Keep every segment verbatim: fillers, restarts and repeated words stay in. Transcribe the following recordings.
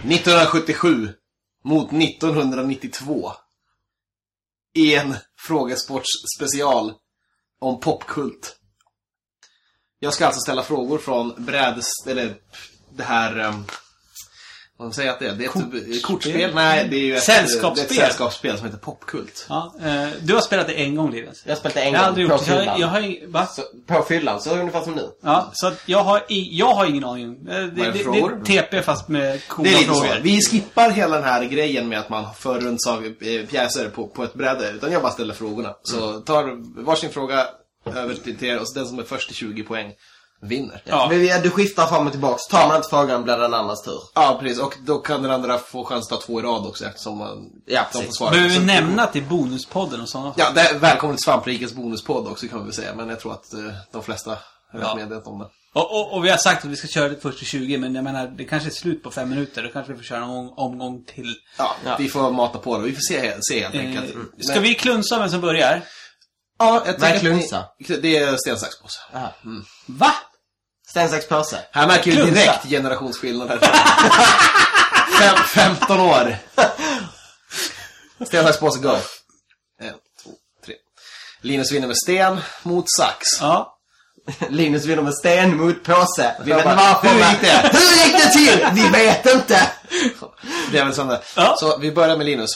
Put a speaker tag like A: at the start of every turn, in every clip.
A: nittonhundrasjuttiosju mot nittonhundranittiotvå. En frågesportsspecial om popkult. Jag ska alltså ställa frågor från brädes... Eller det här... Um, vad man säger att det är? Det är ett Kort, kortspel? Nej, det är ju ett sällskapsspel. Det är ett sällskapsspel som heter Popkult.
B: Ja, eh, du har spelat det en gång, Livens.
C: Jag har spelat det en
B: jag
C: gång
B: aldrig
C: på
B: gjort.
C: fyllan.
B: Jag, jag har, va?
C: Så, på fyllan, så ungefär som nu.
B: Ja, så att jag har, i, jag har ingen aning. Det, det, det, det är T P fast med coola
A: det är lite
B: frågor.
A: Så. Vi skippar hela den här grejen med att man för runt av pjäser på, på ett bräde. Utan jag bara ställer frågorna. Så tar varsin fråga över till er och så den som är först till tjugo poäng vinner.
C: Ja. Men du skiftar fram och tillbaka. Tar man inte frågan blir det den andras tur.
A: Ja, precis. Och då kan den andra få chans att ta två i rad också eftersom man
C: ja,
A: de får svara.
B: Behöver vi nämna till bonuspodden och sådana?
A: Ja, det är välkommen till Svamprikets bonuspodd också kan vi väl säga. Men jag tror att uh, de flesta är
B: ja.
A: medvetna om det.
B: Och, och, och vi har sagt att vi ska köra det först till tjugo, men jag menar, det kanske är slut på fem minuter. Då kanske vi får köra någon omgång till.
A: Ja, ja. Vi får mata på det. Vi får se, se helt enkelt.
B: Eh, ska men... vi klunsa vem som börjar?
A: Ja, jag
C: tänker klunsa.
A: Det är sten, sax, påse.
B: Mm. Va?
C: Sten, sax, påse.
A: Här märker vi direkt generationsskillnad här. Fem, femton år. Sten, sax, påse, go. En, två, tre. Linus vinner med sten mot sax.
B: Ja.
C: Linus vinner med sten mot påse. Vi vet
A: bara,
C: inte varför.
A: Hur gick det?
C: Hur gick det till? Vi vet inte.
A: Det är väl sån där.
B: Ja.
A: Så vi börjar med Linus.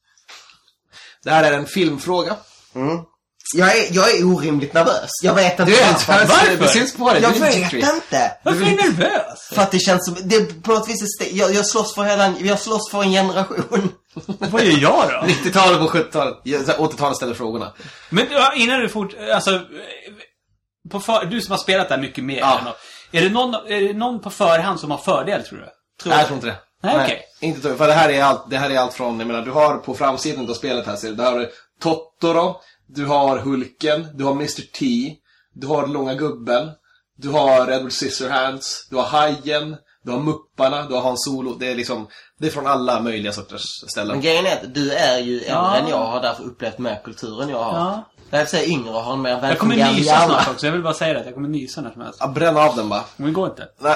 A: Det här är en filmfråga.
C: Mm. Jag är, jag är orimligt nervös. Jag vet inte
A: du är
C: varför.
A: Varför?
B: varför?
A: Det syns på det.
C: Jag
A: du
C: vet
A: jittery.
C: inte.
B: Varför är du nervös?
C: För att det känns som... Det, på något vis är st- jag, jag, slåss för hela, jag slåss för en generation.
B: Vad gör jag då?
A: nittiotalet och sjuttiotalet. åttiotalet ställer frågorna.
B: Men innan du fort... Alltså... På för, du som har spelat där mycket mer.
A: Ja.
B: Än något, är, det någon, är det någon på förhand som har fördel, tror du?
A: Tror Nej, jag tror inte det.
B: Nej, okej. Okay.
A: Inte tror jag. För det här är allt, det här är allt från... Jag menar, du har på framsidan av spelet här, ser du. Där har du Totoro. Du har Hulken, du har mister T, du har Långa Gubben, du har Edward Scissorhands, du har Hajen, du har Mupparna, du har Han Solo. Det är liksom, det är från alla möjliga sorters ställen.
C: Men grejen är att du är ju äldre
B: ja.
C: än jag, har därför upplevt mer kulturen jag har.
B: Ja.
C: Jag säger yngre och har en mer
B: jag kommer
C: välfungerande
B: nysa
C: hjärna.
B: snart också, jag vill bara säga det, att jag kommer nysa när som helst.
A: Ja, bränn av den bara.
B: Men det går inte.
A: Nej.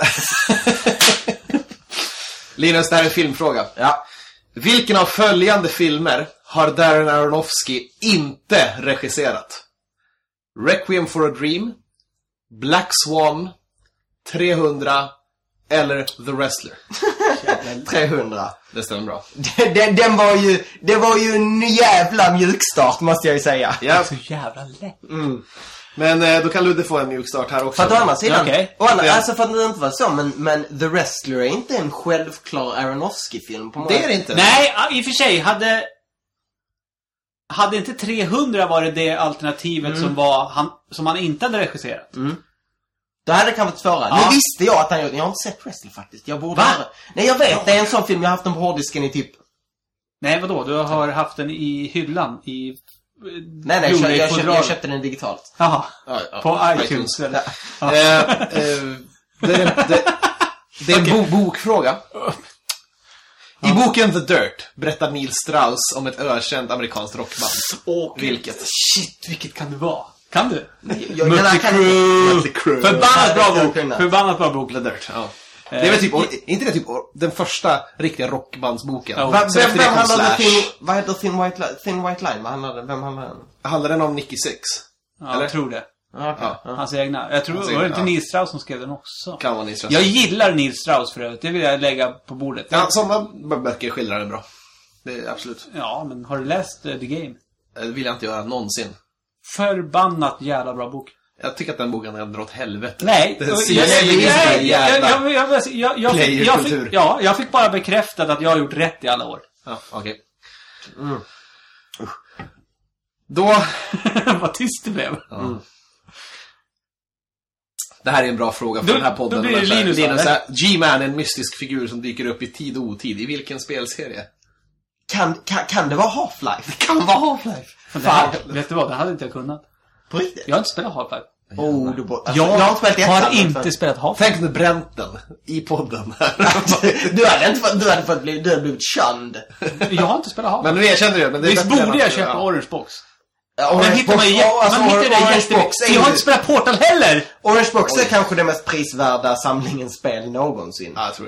A: Linus, det här är en filmfråga.
C: Ja.
A: Vilken av följande filmer har Darren Aronofsky inte regisserat? Requiem for a Dream, Black Swan, trehundra eller The Wrestler?
C: trehundra.
A: Det stämmer bra.
C: Den, den var ju, det var ju en jävla mjukstart, måste jag ju säga.
A: Ja.
B: Så jävla lätt.
A: Mm. Men eh, då kan Ludde få en mjukstart här också.
C: För att å andra sidan,
B: okay.
C: å andra, alltså för att det inte var så, men, men The Wrestler är inte en självklar Aronofsky-film på många.
A: Det är det inte.
B: Nej, i och för sig, hade... Hade inte trehundra varit det alternativet mm. som var han, som han inte hade regisserat?
C: Mm. Då hade det kanske varit svårare. Ja. Nu visste jag att han gjorde... Jag har inte sett Wrestler faktiskt. Jag borde
B: Va?
C: ha... Nej, jag vet. Ja. Det är en sån film. Jag har haft den på hårddisken i typ...
B: Nej, vadå? Du har haft den i hyllan i...
C: Nej, nej. Jag, jag, köpte, jag köpte den digitalt.
B: Jaha.
A: Ja, ja.
B: På iTunes.
A: Ja. Ja. eh, eh, det är, det, det är en okay. bo- bokfråga. I boken The Dirt berättar Neil Strauss om ett ökänt amerikanskt rockband.
B: Och
A: vilket?
B: Shit, vilket kan det vara? Kan du?
C: Jag,
B: Mötley Crüe.
A: Crüe.
B: Förbannat bra bok. Förbannat bra bok.
A: The Dirt, ja. Det är väl typ, inte det typ den första riktiga rockbandsboken.
C: Oh. Va, vem vem handlar Thin, vad heter Thin White Line? Thin White Line, vad handlar den? Vem handlar den?
A: Handlar den om Nicky Six?
B: Ja,
A: eller?
B: jag tror det.
C: Okay.
B: Ja. Hans egna. Jag tror det var inte ja. Neil Strauss som skrev den också.
A: Kan vara Neil Strauss.
B: Jag gillar Neil Strauss för övrigt. Det vill jag lägga på bordet.
A: Ja, sådana böcker skildrar det bra. Det är absolut.
B: Ja, men har du läst uh, The Game?
A: Det vill jag inte göra någonsin.
B: Förbannat jävla bra bok.
A: Jag tycker att den boken är dra åt helvete.
B: Nej,
A: det
B: är Ja, jag fick bara bekräftat att jag har gjort rätt i alla år.
A: Ja, okej. Okay. Mm. Då...
B: Vad tyst det blev.
A: Ja. Mm. Det här är en bra fråga för
B: då,
A: den här podden.
B: Då blir det Linus,
A: Linus G-Man är en mystisk figur som dyker upp i tid och otid. I vilken spelserie?
C: Kan, kan, kan det vara Half-Life?
A: Det kan vara Half-Life.
B: Fan, vet du vad? Det hade inte jag kunnat.
C: På riktigt?
B: Jag har inte spelat Half-Life.
C: Oh, du bo- alltså,
B: jag,
C: jag har, spelat
B: har
C: ettan,
B: inte
C: för...
B: spelat Half-Life.
A: Tänk nu bränt den i podden.
C: du hade inte fått, du hade fått bli, du hade blivit känd.
B: Jag har inte spelat Half-Life.
A: Men nu erkänner du. Men det är
B: visst borde jag köpa ja. Orange Box?
C: Ja, Orange
B: man hittar
C: Box,
B: man, ja,
C: alltså,
B: man hittar det
C: Orange
B: jättemycket.
C: Box
B: Jag har inte spelat Portal heller.
C: Orange Box Oj. är kanske det mest prisvärda samlingens spel någonsin.
A: Ja, jag tror det.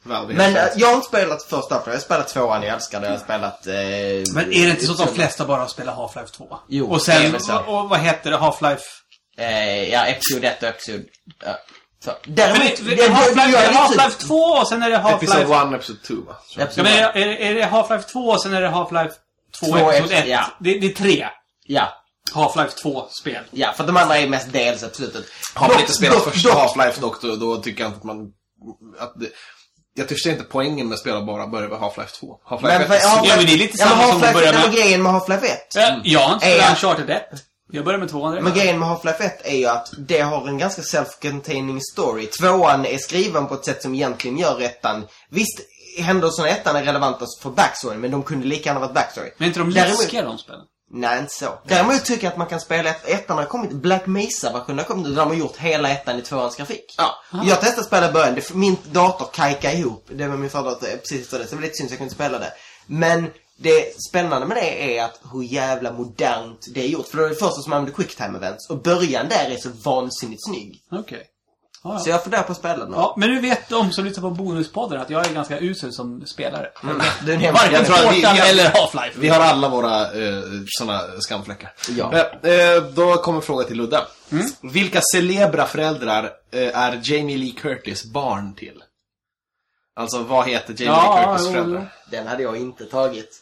A: Valve
C: Men
A: helt
C: äh, jag har inte spelat första Half-Life. Jag har spelat tvåan, jag älskar det. Jag har spelat... Eh,
B: Men är det inte så att de flesta bara har spelat Half-Life två?
C: Jo,
B: och
C: det är
B: sen,
C: väl så.
B: och, och vad heter det? Half-Life...
C: Eh, ja, Episode ett och Episode... Ja. Så.
B: Men
C: Däremot,
B: det, det,
C: det-
B: är Half-Life,
C: det- det-
B: är det
C: det-
B: Half-Life två och sen är det
A: Episode
B: Half-Life...
A: ett, Episode två va? Så.
C: Ja,
B: Ja, men är, är, är det Half-Life två och sen är det Half-Life två,
C: Två,
B: Episode ett?
C: ja.
B: Det, det är tre
C: Ja,
B: Half-Life två-spel.
C: ja, för de andra är mest D L C på slutet.
A: Har man
C: Dock-
A: inte spelat
C: dock-
A: första
C: dock-
A: Half-Life dock, då, då tycker jag inte att man... Att det, jag tycker inte poängen med att spela bara börja med Half-Life två. Half-Life
C: Men,
A: ett
C: för,
A: är så-
B: Ja, men det är lite
C: ja, men
B: samma som att
C: Half-Life-
B: börja
C: nej,
B: med-
C: men grejen med Half-Life ett.
B: Mm. Jag har inte spelat
C: Är-
B: Uncharted ett. Jag börjar med tvåan direkt.
C: Men grejen med Half-Life ett är ju att det har en ganska self-containing story. Tvåan är skriven på ett sätt som egentligen gör ettan. Visst, händelserna i ettan är relevanta för backstory, men de kunde lika gärna varit backstory.
B: Men inte de
C: Däremot-
B: läskiga de spelen?
C: Nej, inte så. Däremot tycker jag att man kan spela ett, ettan har kommit, Black Mesa-versionen har kommit nu, där de har gjort hela ettan i tvåans grafik.
A: Ja.
C: Jag testade att spela i början, det, min dator kajkade ihop, det var min fördator precis efter det, så det var lite synd att jag kunde spela det. Men det spännande med det är att hur jävla modernt det är gjort. För det är det första som använder quicktime events, och början där är så vansinnigt snygg.
B: Okej. Okay. Ja,
C: Så jag får där på att spela den.
B: ja, men nu vet de som lyssnar på Bonuspodden att jag är ganska usel som spelare.
C: Mm. Du är en
B: Varken
A: jag tror att vi-
B: Fortan
A: vi-
B: eller Half-Life.
A: Vi har alla våra eh, såna skamfläckar.
C: Ja.
A: Men, eh, då kommer fråga till Ludde. Vilka celebra föräldrar eh, är Jamie Lee Curtis barn till? Alltså, vad heter Jamie
B: Ja,
A: Lee Curtis
B: jo,
A: föräldrar?
C: Den hade jag inte tagit.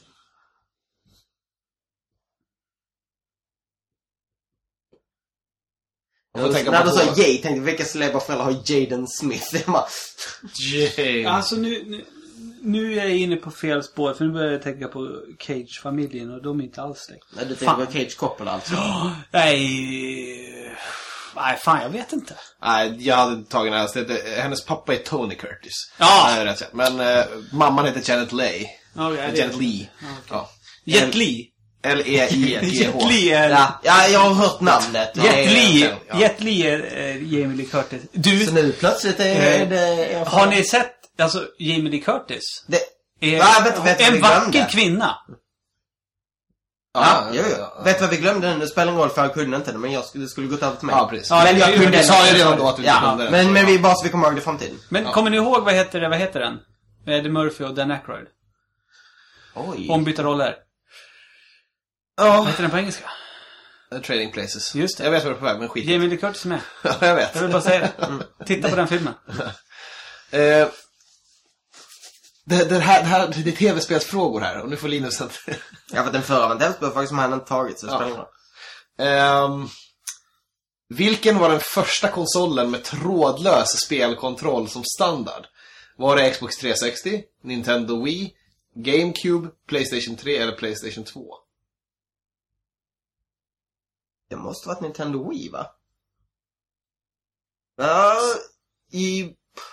A: Jag får tänka
C: När
A: på
C: du sa
A: två.
C: Jay, tänkte vilka celebra föräldrar har Jaden Smith? Jag bara,
A: James.
B: Alltså nu, nu, nu är jag inne på fel spår. För nu börjar jag tänka på Cage-familjen och de är inte alls släkt.
C: nej, du tänkte
B: Fan.
C: på Cage Coppola alltså.
B: Nej... Nej, fan jag vet inte.
A: Nej, jag hade tagit den här. Det- det- Hennes pappa är Tony Curtis.
B: Ja.
A: Det är rätt sätt. Men eh, mamman heter Janet Leigh.
B: Ja, ja, det-
A: Janet Lee. Ja.
B: Jet Li.
A: L E I G H.
B: Jet Li är...
C: Ja, ja, jag har hört namnet.
B: Jet Li,
A: ja.
B: Jet Li är eh, Jamie Lee Curtis. Du,
C: Så nu plötsligt är
B: Eh,
C: det...
B: har ni sett, alltså Jamie Lee Curtis?
C: det
B: Är
C: Va, vet du- vet du vad
B: en
C: vi
B: vacker
C: glömde?
B: kvinna.
C: Ja, jo, jo. Vet du vad vi glömde nu? Det spelar ingen roll för jag kunde inte det, men jag skulle, det skulle gått över till mig.
A: Ja, precis.
B: Ja,
C: Men jag
B: du-
C: kunde
B: du
C: den.
A: sa ju redan då att du inte
C: Ja,
A: kunde den.
C: men, men vi bara så vi kommer ihåg det i framtiden.
B: Men kommer ni ihåg, vad heter det, vad heter den? Med Eddie Murphy och Dan Aykroyd.
C: Oj.
B: Ombytta roller.
A: Ja.
B: Vad heter den på engelska?
A: Uh, Trading Places.
B: Just det.
A: Jag vet vad det är på väg, men skit.
B: Jamie Lee Curtis är med.
A: Ja, jag vet.
B: Jag vill bara säga det. Mm. Titta på den filmen.
A: Eh, det, det här, det här det är tv-spelsfrågor här. Och nu får Linus att...
C: Jag har fått en förra men det faktiskt som han inte tagit, så det
A: Ja.
C: spelar ingen roll.
A: Ehm, vilken var den första konsolen med trådlös spelkontroll som standard? Var det Xbox tre sextio, Nintendo Wii, GameCube, PlayStation tre eller PlayStation två?
C: Det måste varit Nintendo Wii, va? Ja, i...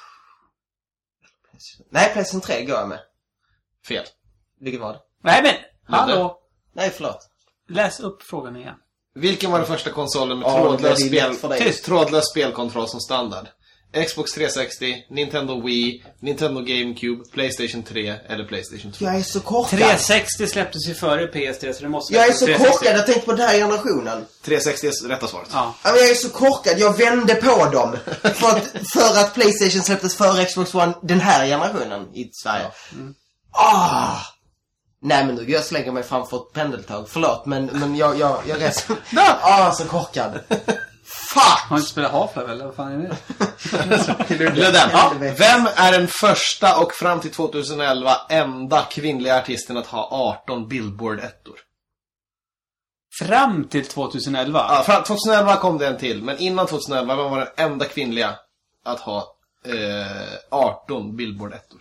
C: Nej, PlayStation tre går jag med.
A: Fel.
C: Vilket var det?
B: Nej men, hallå.
C: Nej, förlåt.
B: Läs upp frågan igen.
A: Vilken var den första konsolen med
C: Ja,
A: trådlös,
C: det är
A: spel,
C: lätt för dig.
A: tyst, trådlös spelkontroll som standard? Xbox tre sextio, Nintendo Wii, Nintendo GameCube, PlayStation tre eller PlayStation två?
C: Jag är så korkad.
B: trehundrasextio släpptes ju före P S tre, så det måste
C: Jag är
B: vara
C: så
B: trehundrasextio.
C: korkad, jag tänkte på den här generationen.
A: tre sextio är rätta svaret.
B: Ja.
C: Ja, men jag är så korkad, jag vände på dem. För att, för att PlayStation släpptes före Xbox One den här generationen i Sverige.
B: Mm.
C: Ah! Nej, men nu jag slänger mig framför ett pendeltåg. Förlåt, men, men jag, jag, jag är så... Ah, så korkad. Fuck!
B: Har inte spelat Half-Life eller vad fan är det?
A: Ludden, ja. Vem är den första och fram till tjugoelva enda kvinnliga artisten att ha arton Billboard-ettor?
B: Fram till tjugoelva?
A: Ja, fram, tjugoelva kom det en till, men innan tjugoelva vem var den enda kvinnliga att ha eh, arton Billboard-ettor?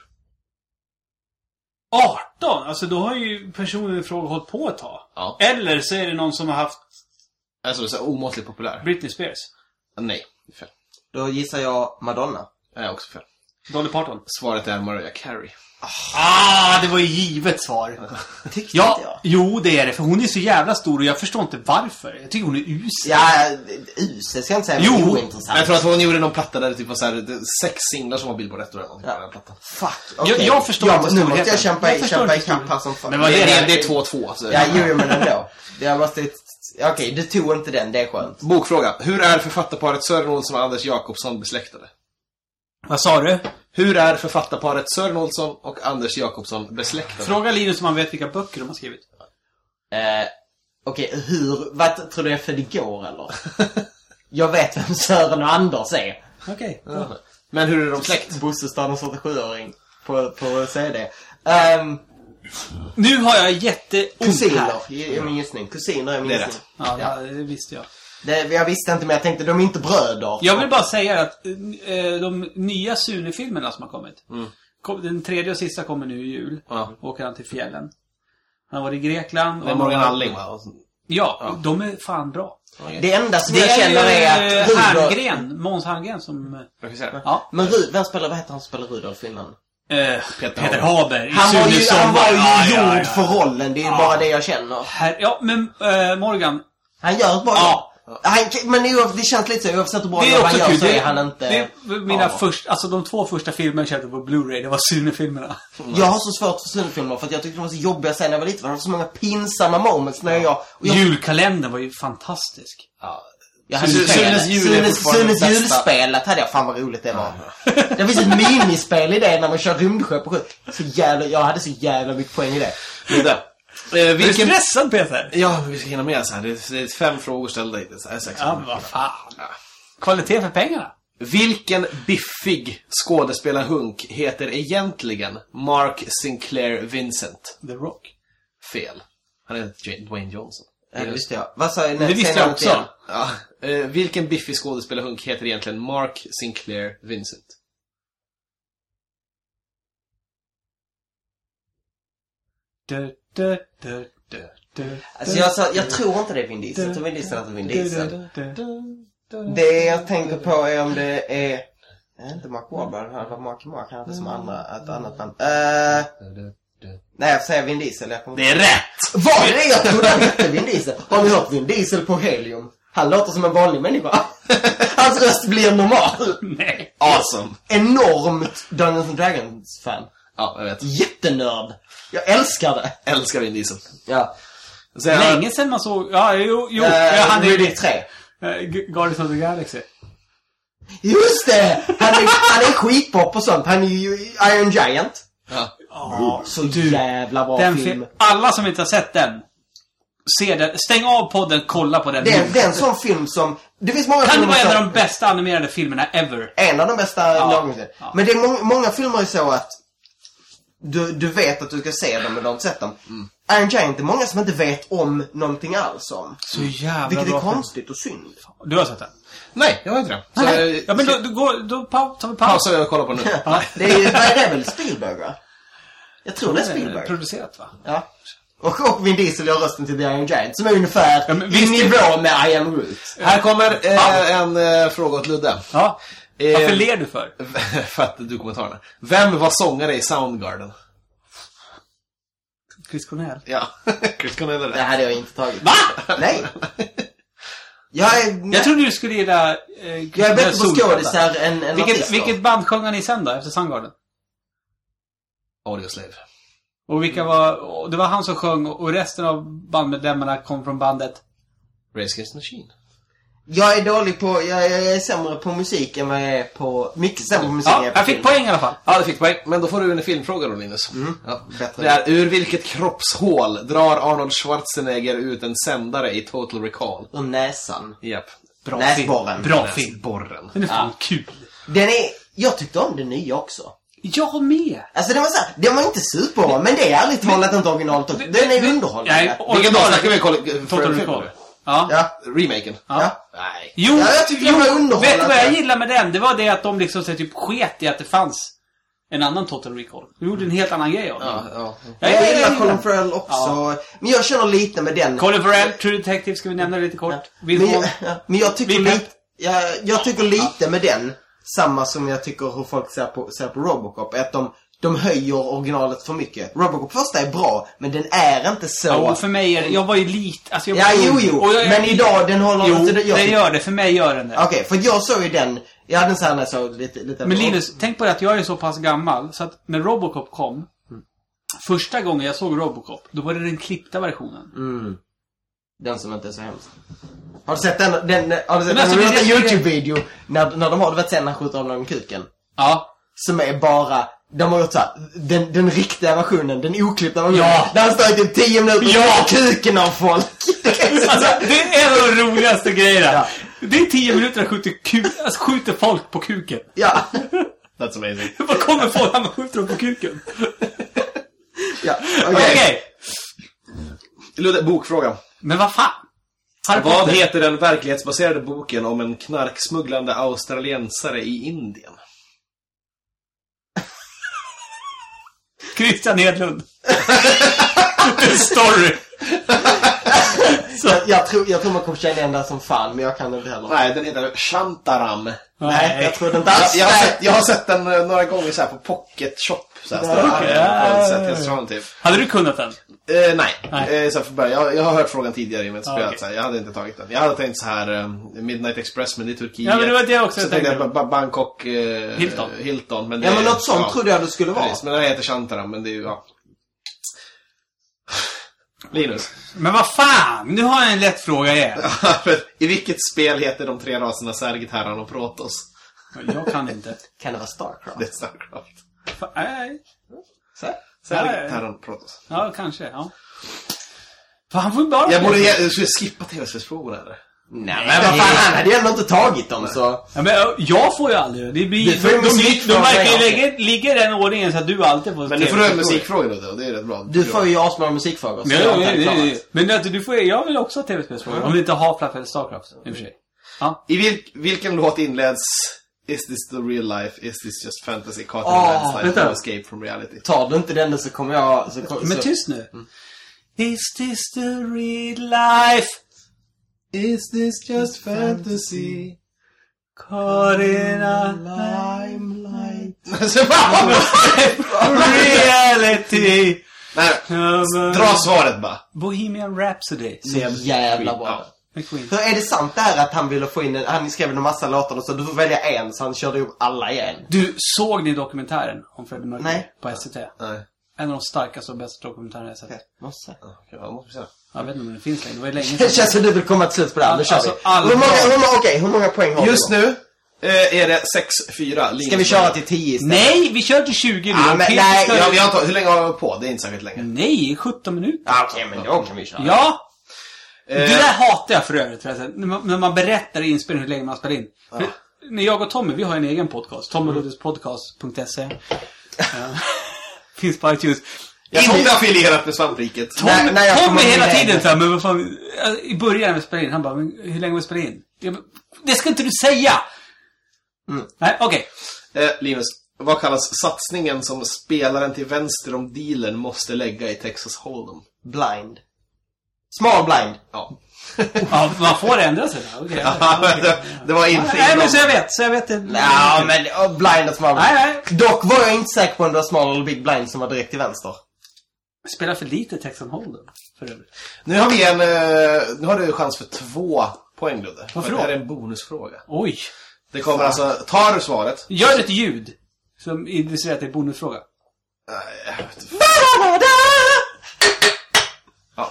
B: arton? Alltså då har ju personen i fråga hållit på ett tag.
A: Ja.
B: Eller så är det någon som har haft
A: Alltså, så omåttligt populär.
B: Britney Spears.
A: Nej, det är fel.
C: Då gissar jag Madonna.
A: Det är också fel.
B: Dolly Parton.
A: Svaret är Mariah Carey.
B: Ah, det var ju givet svar.
C: Tyckte
B: Ja,
C: inte jag.
B: jo det är det. För hon är så jävla stor och jag förstår inte varför. Jag tycker hon är usel.
C: Ja, uselt ska jag inte säga, men
B: Jo.
C: ointressant.
A: Jag tror att hon gjorde någon platta där det typ var så här, det- sex singlar som var Billboard-ettor eller någonting på den här plattan.
C: Fuck, okej.
B: Jag- jag förstår
C: ja,
B: inte
C: men nu måste
B: storheten.
C: jag kämpa,
B: Jag
C: i-
B: förstår
C: kämpa
B: inte
C: ikapp
B: storheten.
C: här som fan.
B: Men vad
A: Det,
B: är
A: det,
B: det?
A: det är två två. Så.
C: Ja, jo, men ändå. Jag måste... Okej, du tog inte den, det är skönt.
A: Bokfråga. Hur är författarparet Sören Olsson och Anders Jakobsson besläktade?
B: Vad sa du?
A: Hur är författarparet Sören Olsson och Anders Jakobsson besläktade?
B: Fråga Linus om man vet vilka böcker de har skrivit.
C: Eh, Okej, okay, hur... Vad tror du jag för igår, eller? Jag vet vem Sören och Anders är.
B: Okej. Okay.
A: Ja. Men hur är de släkt?
C: Bosse Stadens fyrtiosjuåring på, på C D. Um,
B: nu har jag jätteont
C: kusiner,
B: här.
C: är min gissning. Kusiner är min
A: det är
C: gissning.
B: Ja, ja, det visste jag.
C: Det, jag visste inte, men jag tänkte, de är inte bröder.
B: Jag vill bara säga att äh, de nya Sune-filmerna som har kommit. Mm. Kom, den tredje och sista kommer nu i jul.
A: Ja.
B: Åker han till fjällen. Han var i Grekland.
A: Det är Morgan Alling, va?
B: Ja, ja, de är fan bra.
C: Det enda som
B: det
C: jag känner är att
B: Rudolf... Herngren, Måns Herngren som...
C: Ja. Men Rud, vem spelar, vad heter han som spelar Rudolf innan?
B: Uh, Peter, Peter Haber.
C: Han var ju, han var ju
B: ah,
C: gjord
B: ja, ja.
C: för rollen, det är ja. bara det jag känner.
B: Her... Ja, men uh, Morgan...
C: Han gör ett bra
B: ja.
C: Han, men det känns lite så, oavsett hur bra
B: det är
C: han gör
B: kul.
C: så
B: det
C: är han inte...
B: Det är mina
C: ja.
B: första, alltså de två första filmerna jag köpte på Blu-ray, det var Sune-filmerna.
C: Jag har så svårt för Sune-filmer för att jag tyckte de var så jobbiga sen när jag var liten. För det var så många pinsamma moments när jag... jag...
B: Julkalendern var ju fantastisk.
C: Ja. Jag hade Sunes, jul Sunes, Sunes julspelet hade jag, fan vad roligt det var. Det finns ett minispel i det när man kör rymdskepp och skit. Så jävla, jag hade så jävla mycket poäng i det.
A: Det där. Eh, vilken...
B: Är du stressad, Peter?
A: Ja, vi ska hinna med så här. Det är, det är fem frågor ställda i det. Sex
B: ja, men vad fan. Ja. Kvalitet för pengarna.
A: Vilken biffig skådespelarhunk heter egentligen Mark Sinclair Vincent?
B: The Rock.
A: Fel. Han heter Dwayne Johnson.
C: Ja, det visste jag. Vad sa jag?
B: Det visste jag också.
A: Ja. Eh, vilken biffig skådespelarhunk heter egentligen Mark Sinclair Vincent?
C: Du, du, du, du, du. Alltså jag, sa, jag tror inte det är Vin Diesel. Jag tror Vin Diesel är Vin Diesel. Det jag tänker på är om det är... är inte Mark Wahlberg. Han var Marky Mark. Han hade som andra, ett annat band. Uh, nej, jag säger Vin Diesel. Jag kommer...
A: Det är rätt!
C: Vad är det? Jag trodde han hette Vin Diesel. Har ni hört Vin Diesel på Helium? Han låter som en vanlig människa. Hans röst blir normal.
B: Nej.
A: Awesome.
C: Enormt Dungeons and Dragons-fan.
A: Ja, jag vet.
C: Jättenörd. Jag älskar det.
A: Älskar Vin Diesel.
C: Ja.
B: Så jag... Länge sedan man såg... Ja, jo, jo.
C: Uh,
B: ja, han är
C: ju tre.
B: Uh, Guardians of the Galaxy.
C: Just det! Han är, han är skitpop och sånt. Han är ju Iron Giant.
A: Ja.
C: Oh, så du, jävla bra
B: den
C: film.
B: Alla som inte har sett den, se den. Stäng av podden, kolla på den.
C: Det är, det är en sån film som... Det finns många
B: kan det vara en
C: som,
B: av de bästa animerade filmerna ever?
C: En av de bästa
B: ja.
C: någonsin. Ja. Men det är må, många filmer är så att du, du vet att du ska se dem men du har inte sett dem. Mm. Iron Giant är många som inte vet om någonting alls om.
B: Så jävla
C: vilket
B: bra
C: är konstigt och synd.
B: Du har sett den?
A: Nej, jag har inte det.
B: Så, Nej. Ja, men då, då, går, då pa, tar vi paus.
A: Pausar jag och kollar på nu.
C: Ja. Det är, det är väl Spielberg, va? Jag tror det är Spielberg.
B: Producerat, va?
C: Ja. Och, och Vin Diesel gör rösten till The Iron Giant som är ungefär ja, i nivå med I Am Groot.
A: Här kommer eh, ja. en eh, fråga åt Ludde.
B: Ja. Eh, Varför ler du för?
A: För att du kommentarerna. Vem var sångare i Soundgarden?
B: Chris Cornell.
A: Ja, Chris Cornell är det.
C: Det hade jag inte tagit.
B: Va?
C: Nej. Jag, är,
B: jag trodde du skulle gilla... Eh,
C: jag är bättre på skådisar än, än
B: vilket, vilket band sjöng han i sen då, efter Soundgarden?
A: Audioslave.
B: Och vilka var... Det var han som sjöng och resten av bandmedlemmarna kom från bandet?
A: Rage Against the Machine.
C: Jag är dålig på... Jag, jag är sämre på musik än vad jag är på... Mycket sämre på musik
B: ja,
C: än jag, på
B: jag fick
C: film.
B: poäng i alla fall.
A: Ja, du fick poäng. Men då får du en filmfråga då, Linus.
C: Mm.
A: Ja.
C: Bättre.
A: Det är, ur vilket kroppshål drar Arnold Schwarzenegger ut en sändare i Total Recall?
C: Ur näsan.
A: Japp.
B: Bra
C: Näsborren.
B: film. Bra film.
A: Näsborren.
B: Den är fan
C: ja.
B: kul.
C: Den är... Jag tyckte om den nya också.
B: Jag med.
C: Alltså det var så här, det var inte super, men det är ärligt talat inte originalt. Den är underhållande.
B: Nej,
A: vilken dag snackar vi?
B: Total Recall.
C: Ja.
A: ja. Remaken.
C: Ja. ja.
A: Nej.
B: Jo,
C: ja, jag tyckte det var underhållande.
B: Vet du vad jag gillar med den? Det var det att de liksom så typ sket i att det fanns en annan Total Recall. De gjorde en helt annan grej av det.
C: Ja, ja. Jag, jag gillar Colin Farrell också. Ja. Men jag känner lite med den.
B: Colin Farrell, True Detective, ska vi nämna det lite kort.
C: Ja. Men, jag, ja. men jag tycker lite jag, jag tycker lite ja. med den. Samma som jag tycker hur folk ser på, ser på Robocop. Är att de, de höjer originalet för mycket. Robocop första är bra, men den är inte så...
B: Ja, för mig är det... Jag var ju lite... Alltså jag
C: ja, jo, jo.
B: Jag,
C: men idag, den håller...
B: Jo,
C: alltså,
B: jag, det gör det. För mig gör den det.
C: Okej, okay, för jag såg ju den... Jag hade en sån här så lite... lite
B: men Linus, tänk på det att jag är så pass gammal. Så att när Robocop kom... Mm. Första gången jag såg Robocop, då var det den klippta versionen.
C: Mm. Den som inte är så hemskt. Har du sett den? den har du sett
B: alltså,
C: en YouTube-video när, när de har, du vet sen när skjuter av någon kuken?
B: Ja.
C: som är bara... De har gjort så här, den, den riktiga versionen, den oklippta versionen.
B: Ja.
C: Där han står i typ tio minuter
B: Ja.
C: på kuken av folk.
B: Alltså, det är en av de roligaste grejerna.
C: Ja.
B: Det är tio minuter att skjuter, ku- alltså, skjuter folk på kuken.
C: Ja.
A: That's amazing.
B: Vad kommer folk när man skjuter dem på kuken?
C: Ja,
B: Okej.
C: okej.
B: Okay.
A: Ludde, bokfråga.
B: Men vad fan? Harry
A: Vad
B: Potter.
A: heter den verklighetsbaserade boken om en knarksmugglande australiensare i Indien?
B: Christian Hedlund. The story. Så.
C: Jag, jag, tror, jag tror man kommer känna igen det som fan, men jag kan inte heller.
A: Nej, den heter Shantaram.
C: Nej, jag tror inte
A: Jag,
C: alls.
A: jag, har sett, jag har sett den eh, några gånger så här på Pocket Shop. Så här, så
C: Okej.
A: här, så här, så här, typ.
B: Hade du kunnat den?
A: Eh, nej,
B: Nej.
A: Eh, så här, för början, jag, jag har hört frågan tidigare men
B: Ah,
A: spelat
B: okej.
A: så här. Jag hade inte tagit den. Jag hade tänkt så här eh, Midnight Express, men det är Turkiet.
B: Ja, men det var det jag också
A: så
B: tänkte.
A: tänkte jag ba- Bangkok eh,
B: Hilton.
A: Hilton men det,
C: Ja, men något sånt trodde jag det skulle vara.
A: Precis, men den heter Shantaram, men det är ju, ja. Linus.
B: Men vad fan? Nu har jag en lätt fråga igen.
A: I vilket spel heter de tre raserna Sergit, Terran och Protoss?
B: Jag kan inte.
C: Kan det vara Starcraft?
A: Det är Starcraft.
B: Fa- Nej.
C: Så?
A: Sergit,
B: Ja, ja, ja.
A: Terran och Protoss.
B: Ja, kanske. Ja. Fan, får vi bara...
A: Jag borde ge, jag skulle skippa tv-spelsfrågorna eller?
C: Nej, men vad fan, han hade ju ändå inte tagit dem, så...
B: Ja, men äh, jag får ju aldrig det. Det blir...
C: Du får ju
B: de, de, de
C: musikfråga,
B: verkar ju
C: ja.
B: lägga, ligga i den ordningen så att du alltid får...
A: Men nu får du en
B: tv-spelsfrågor.
A: musikfråga då, och det är rätt bra.
C: Du får ju asmånga musikfrågor, så
B: Ja,
C: jag har
B: ja,
C: inte
B: ja, ja,
C: klarat.
B: ja. Men att du får, jag vill också ha tv-spelsfrågor.
C: Mm.
B: Om det inte har Half-Life eller Starcraft, i och för sig. Ja.
A: I vil, vilken låt inleds Is this the real life? Is this just fantasy? Caught in
C: Åh,
A: a landslide?
B: vänta.
A: No escape from reality.
C: Tar du inte den så kommer jag... Så,
B: Men
C: så,
B: tyst nu. Is this the real life?
A: Is this just fantasy?
B: Caught in a
C: limelight.
B: reality.
A: Nej, dra svaret bara.
B: Bohemian Rhapsody.
C: Så jävla bra.
A: Ja.
B: Med Queen.
C: För är det sant där att han ville få in en, han skrev en massa låtar och så du får välja en, så han körde ihop alla igen?
B: Du, såg ni dokumentären om Freddie Mercury?
C: Nej.
B: På S V T?
A: Nej.
B: En av de starkaste och bästa dokumentärerna jag sett.
C: Okej, måste.
A: Okej, vad måste vi säga?
B: Jag vet inte om det finns längre. Det var ju länge
C: Det
B: sedan.
C: känns som du vill komma till slut på det här. Nu kör
B: Alltså,
C: vi.
B: allvar.
C: Hur många, hur många, okej, hur många poäng har
A: Just
C: vi då?
A: nu eh, är det sex fyra.
C: Ska vi köra till tio istället?
B: Nej, vi kör till tjugo nu.
C: Ja,
B: Och
C: men
B: Peter
C: nej,
B: ska-
A: Ja, vi har tagit, hur länge har vi hållit på? Det är inte särskilt länge.
B: Nej, sjutton minuter.
C: Ja, okej, men då kan vi köra.
B: Ja,
A: Eh,
B: det där hatar jag för övrigt. Alltså, när, man, när man berättar i inspelningen hur länge man spelar in. För, när jag och Tommy, vi har en egen podcast. Tommy Luddes podcast punkt se. Ja. Finns på iTunes.
A: jag
B: In-
A: har inte affilierat med Svampriket.
B: Tommy,
C: Nej, nej, jag
B: Tommy
C: kommer
B: hela
C: med.
B: tiden så här, men vad fan, i början när vi spelade in, han bara, men hur länge har vi spelat in? Jag bara, det ska inte du säga!
C: Mm.
B: Nej, okej.
A: Eh, Linus, vad kallas satsningen som spelaren till vänster om dealen måste lägga i Texas Hold'em?
C: Blind. Small blind.
A: Ja.
B: Ja, man får ändra sig där. Okej.
A: det, det var inte
B: Nej, men
A: inom-
B: så jag vet, så jag vet det.
C: Ja, men oh, blind och small blind.
B: Nej, nej.
C: Dock var jag inte säker på om det var small eller big blind som var direkt till vänster.
B: Spelar för lite Texan Hold'em, för övrigt.
A: Nu har vi en... Eh, nu har du chans för två poäng, Ludde.
B: Varför
A: För
B: då?
A: det här är en bonusfråga.
B: Oj.
A: Det kommer alltså... Tar du svaret?
B: Gör ett ljud som illustrerar att det är en bonusfråga.
A: Nej, jag vet inte. Ja.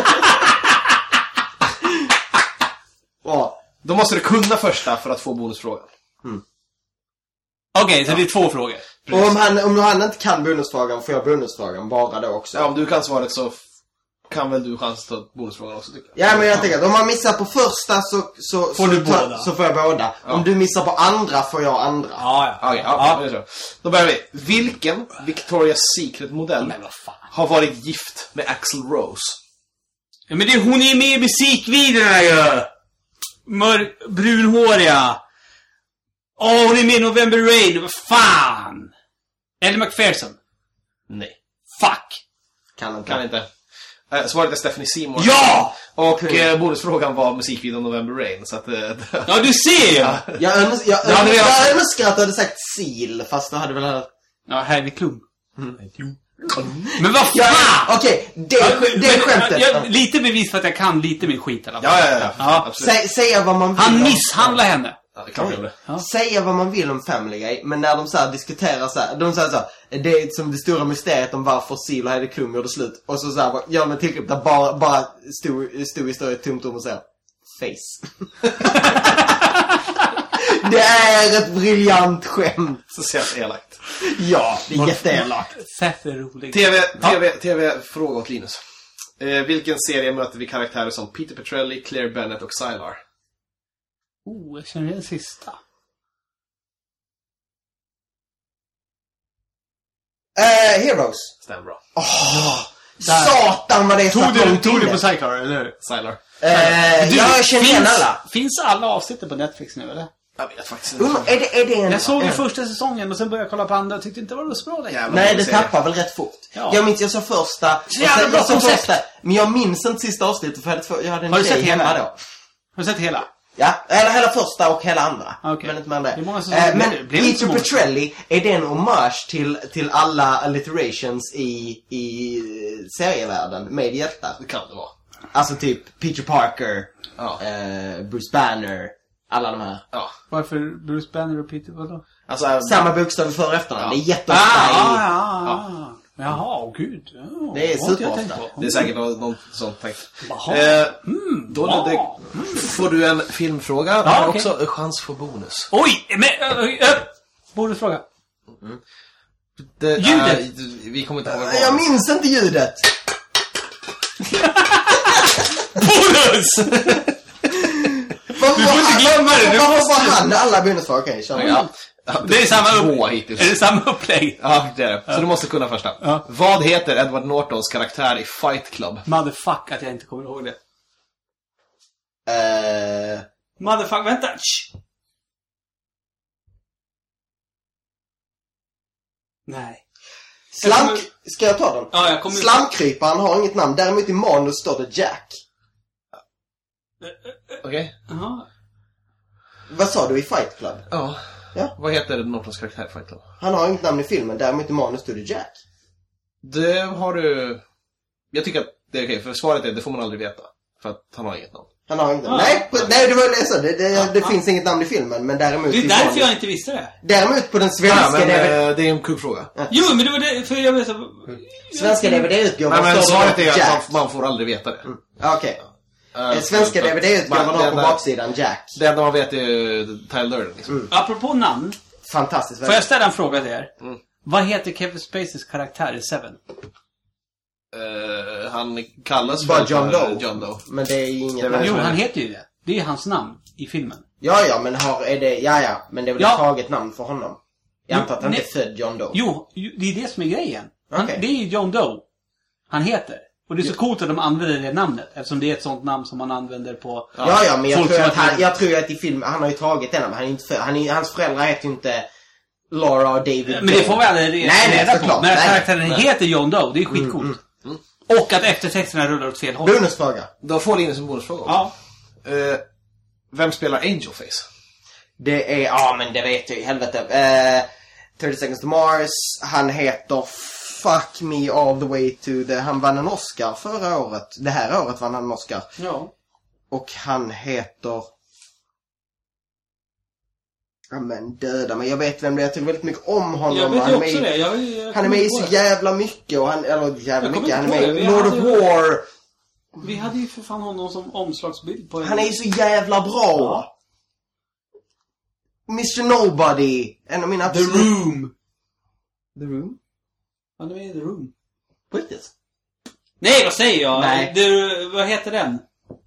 C: Ja.
A: Då måste du kunna första för att få bonusfrågan.
B: Okej, så det är två frågor.
C: Och om han, om han inte kan bonusfrågan får jag bonusfrågan bara då också.
A: Ja, om du kan svaret så f- kan väl du chans att ta bonusfrågan också, tycker jag.
C: Ja, men jag tänker att om man missar på första så, så,
B: Får
C: så,
B: du
C: tar-
B: båda.
C: så får jag båda.
A: Ja.
C: Om du missar på andra får jag andra.
B: Ja, ja.
A: Okej, ja, det är så. Då börjar vi. Vilken Victoria's Secret-modell
B: Men vad fan.
A: har varit gift med Axl Rose?
B: Ja, men det är hon är med i musikvideorna ju. Mörk, brunhåriga. Åh, hon är med i November Rain. Vad fan. Ellie McPherson.
A: Nej.
B: Fuck.
C: Kan inte.
A: Kan inte. Eh, svaret är Stephanie Seymour.
B: Ja!
A: Och eh, bonusfrågan var musikvideon November Rain. Så att... Eh,
B: Ja, du ser ju.
C: Jag, öns jag,
A: Ja, men
C: önskar,
A: jag-
C: jag önskar att du hade sagt Seal, fast du hade väl hört...
B: Ja, Heidi Klum. Men vad
C: Ja,
B: fan!
C: okej, det,
B: Ja,
C: det är skämtet.
B: jag, jag, lite bevis för att jag kan lite min skit i alla fall.
A: ja, ja, ja.
B: Ja.
A: Absolut.
C: Sä, säga vad man vill
B: Han
C: om-
B: misshandlar henne.
A: Ja, det är klart jag gjorde.
B: Ja.
C: Säga vad man vill om Family Guy, men när de så här diskuterar så här, de säger så här, det är som det stora mysteriet om varför Seal och Heidi Klum gjorde slut. Och så så här, gör de en tillklipp där bara, bara stod, stod i större ett tomt rum och säger face. Det är ett briljant skämt.
A: Så ser jag elakt.
C: Ja, det är jätteelakt.
B: Seth är rolig.
A: T V, TV, TV-fråga åt Linus. Eh, vilken serie möter vi karaktärer som Peter Petrelli, Claire Bennett och Sylar?
B: Oh, jag känner den sista.
C: Uh, Heroes.
A: Stämmer bra.
C: Åh, satan vad det är så
B: Tog du,
C: långt
B: tog du
C: inne.
B: på Sylar, eller hur?
A: Sylar.
C: Uh,
B: Du,
C: jag känner igen
B: finns,
C: alla.
B: finns alla avsnitt på Netflix nu, eller?
A: Jag vet faktiskt inte.
C: Undra, är, det, är det en...
B: Jag såg ju
C: en...
B: första säsongen och sen började jag kolla på andra och tyckte inte det var så bra längre.
A: Jävla
C: Nej,
A: bra
C: det
A: serie.
C: tappar väl rätt fort.
B: Ja.
C: Jag minns, jag såg första...
B: Så jävla
C: jag,
B: bra
C: jag såg
B: koncept.
C: första, men jag minns inte sista avsnittet för jag hade, två, jag hade en
B: Har du
C: tjej
B: sett hela?
C: hemma då.
B: Har du sett hela?
C: Ja, eller hela första och hela andra.
B: Okej.
C: Men inte med andra.
B: Det är många säsonger.
C: Eh, men
B: Det blir inte så
C: Peter
B: många.
C: Petrelli, är det en hommage till, till alla alliterations i, i serievärlden med hjältar?
A: Det kan det vara.
C: Alltså typ Peter Parker,
A: Ja.
C: eh, Bruce Banner, alla de här.
A: Ja.
B: Varför Bruce Banner och Peter, vadå?
A: Alltså,
C: Samma bokstav för efternamn.
A: Ja.
C: Det är jätteofta
B: Ah,
C: i...
B: ah, ah. Jaha, åh gud. Ja,
C: Det är
B: vad har inte jag
C: superofta.
B: tänkt på?
A: det är säkert något, något sånt tänkt.
B: Jaha.
A: Eh,
B: Mm,
A: då
B: ja.
A: det, får du en filmfråga.
B: Ja,
A: men
B: okej.
A: också en chans för bonus.
B: Oj, men... Äh, äh, bonusfråga.
A: Det
B: Ljudet.
A: Är, vi kommer inte ihåg vad det
C: Jag
A: var.
C: minns inte ljudet!
B: Bonus!
C: Varför
B: Du får inte glömma det, du
C: Varför
B: måste-
C: var han alla bonusfrågor? Okej, kör.
A: Ja. Ja,
B: Det är samma
A: två
B: upp...
A: hittills.
B: Är det samma upplägg?
A: Ja, det är det. Så du måste kunna första.
B: Ja.
A: Vad heter Edward Nortons karaktär i Fight Club?
B: Motherfuck att jag inte kommer ihåg det.
C: Eh,
B: Motherfuck, vänta. Shh. Nej.
C: slank... Ska jag ta den?
B: Ja, jag kommer...
C: Slamkryparen har inget namn. Däremot i manus står det Jack.
A: Okej?
B: Jaha.
C: Vad sa du i Fight Club?
A: Ja.
C: Ja.
A: Vad heter Nortons karaktär i Fight Club?
C: Han har inget namn i filmen. Däremot i manus står det Jack.
A: Det har du... Jag tycker att det är okej, för svaret är det får man aldrig veta. För att han har inget namn.
C: Han har inget namn.
B: Ah.
C: Nej, på- nej, det var ju det jag sa. Det, det, det finns inget namn i filmen. Men däremot
B: Det
C: i
B: är därför
C: manus.
B: jag inte visste det.
C: Däremot på den
A: Ja,
C: svenska
A: men
C: D V D...
A: eh, det är en kuggfråga.
B: Jo, men det var det, för jag vet så...
C: Svenska D V D-utgåvan
A: Nej, men
C: står det
A: svaret är att
C: Jack.
A: man, man får aldrig veta det.
C: Ja, Okej.
A: Eh,
C: Eh, Svenska
A: så-
C: D V D-utgåvan
A: Man-
C: har
A: det
C: på
A: enda-
C: baksidan Jack.
A: Det enda man vet är Tyler Durden, liksom.
B: Apropå namn,
C: Fantastiskt.
B: får jag ställa en fråga till er?
A: Mm.
B: Vad heter Kevin Spaceys karaktär i Seven?
A: Eh, han kallas
C: Bara
A: för
C: John Doe.
A: John Doe.
C: Men det är ju inget
A: Det är
C: namn.
A: väl-
B: Jo, han heter ju det. Det är hans namn i filmen.
C: Ja, ja, men har, är det, ja, ja, men det är väl
B: Ja.
C: ett taget namn för honom. Jag
B: Jo,
C: antar att han
B: nej.
C: inte är född John Doe.
B: Jo, ju- det är det som är grejen. Han,
C: Okej.
B: Det är ju John Doe. Han heter. Och det är så coolt att de använder det namnet. Eftersom det är ett sånt namn som man använder på...
C: Ja, ja, men jag
B: folk
C: tror,
B: som
C: att
B: har-
C: han, jag tror att i filmen, han har ju tagit den, men han är inte född, han är, hans föräldrar heter ju inte Laura och David
B: Men det får vi aldrig reda
C: Nej, nej,
B: reda på.
C: såklart.
B: Men att
C: Nej,
B: karaktären
C: nej.
B: heter John Doe, det är skitcoolt. Och att eftertexterna rullar åt fel håll.
C: Bonusfråga.
A: Då får Linus en bonusfråga också.
B: Ja.
A: Eh, vem spelar Angelface?
C: Det är, ja men det vet jag i helvete. Eh, thirty seconds to Mars, han heter Fuck Me All The Way To The, han vann en Oscar förra året. Det här året vann han en Oscar.
B: Ja.
C: Och han heter... Ja men döda men jag vet vem det är. Jag tycker väldigt mycket om honom.
B: Jag vet
C: han
B: ju
C: är med
B: också
C: i-
B: det. Jag, jag
C: Han är med i
B: kommer
C: så
B: på det.
C: jävla mycket och han, eller jävla
B: Jag kommer
C: mycket, han är
B: inte
C: med
B: på det.
C: i
B: Vi
C: Lord of
B: hade-
C: War.
B: Vi hade ju för fan honom som omslagsbild på...
C: Han är ju så jävla bra.
B: Ja.
C: mister Nobody. En av mina
B: The
C: absolut...
B: Room.
C: The Room?
B: Han är med i The Room.
C: På riktigt?
B: Nej, vad säger jag?
C: Nej.
B: Du, vad heter den?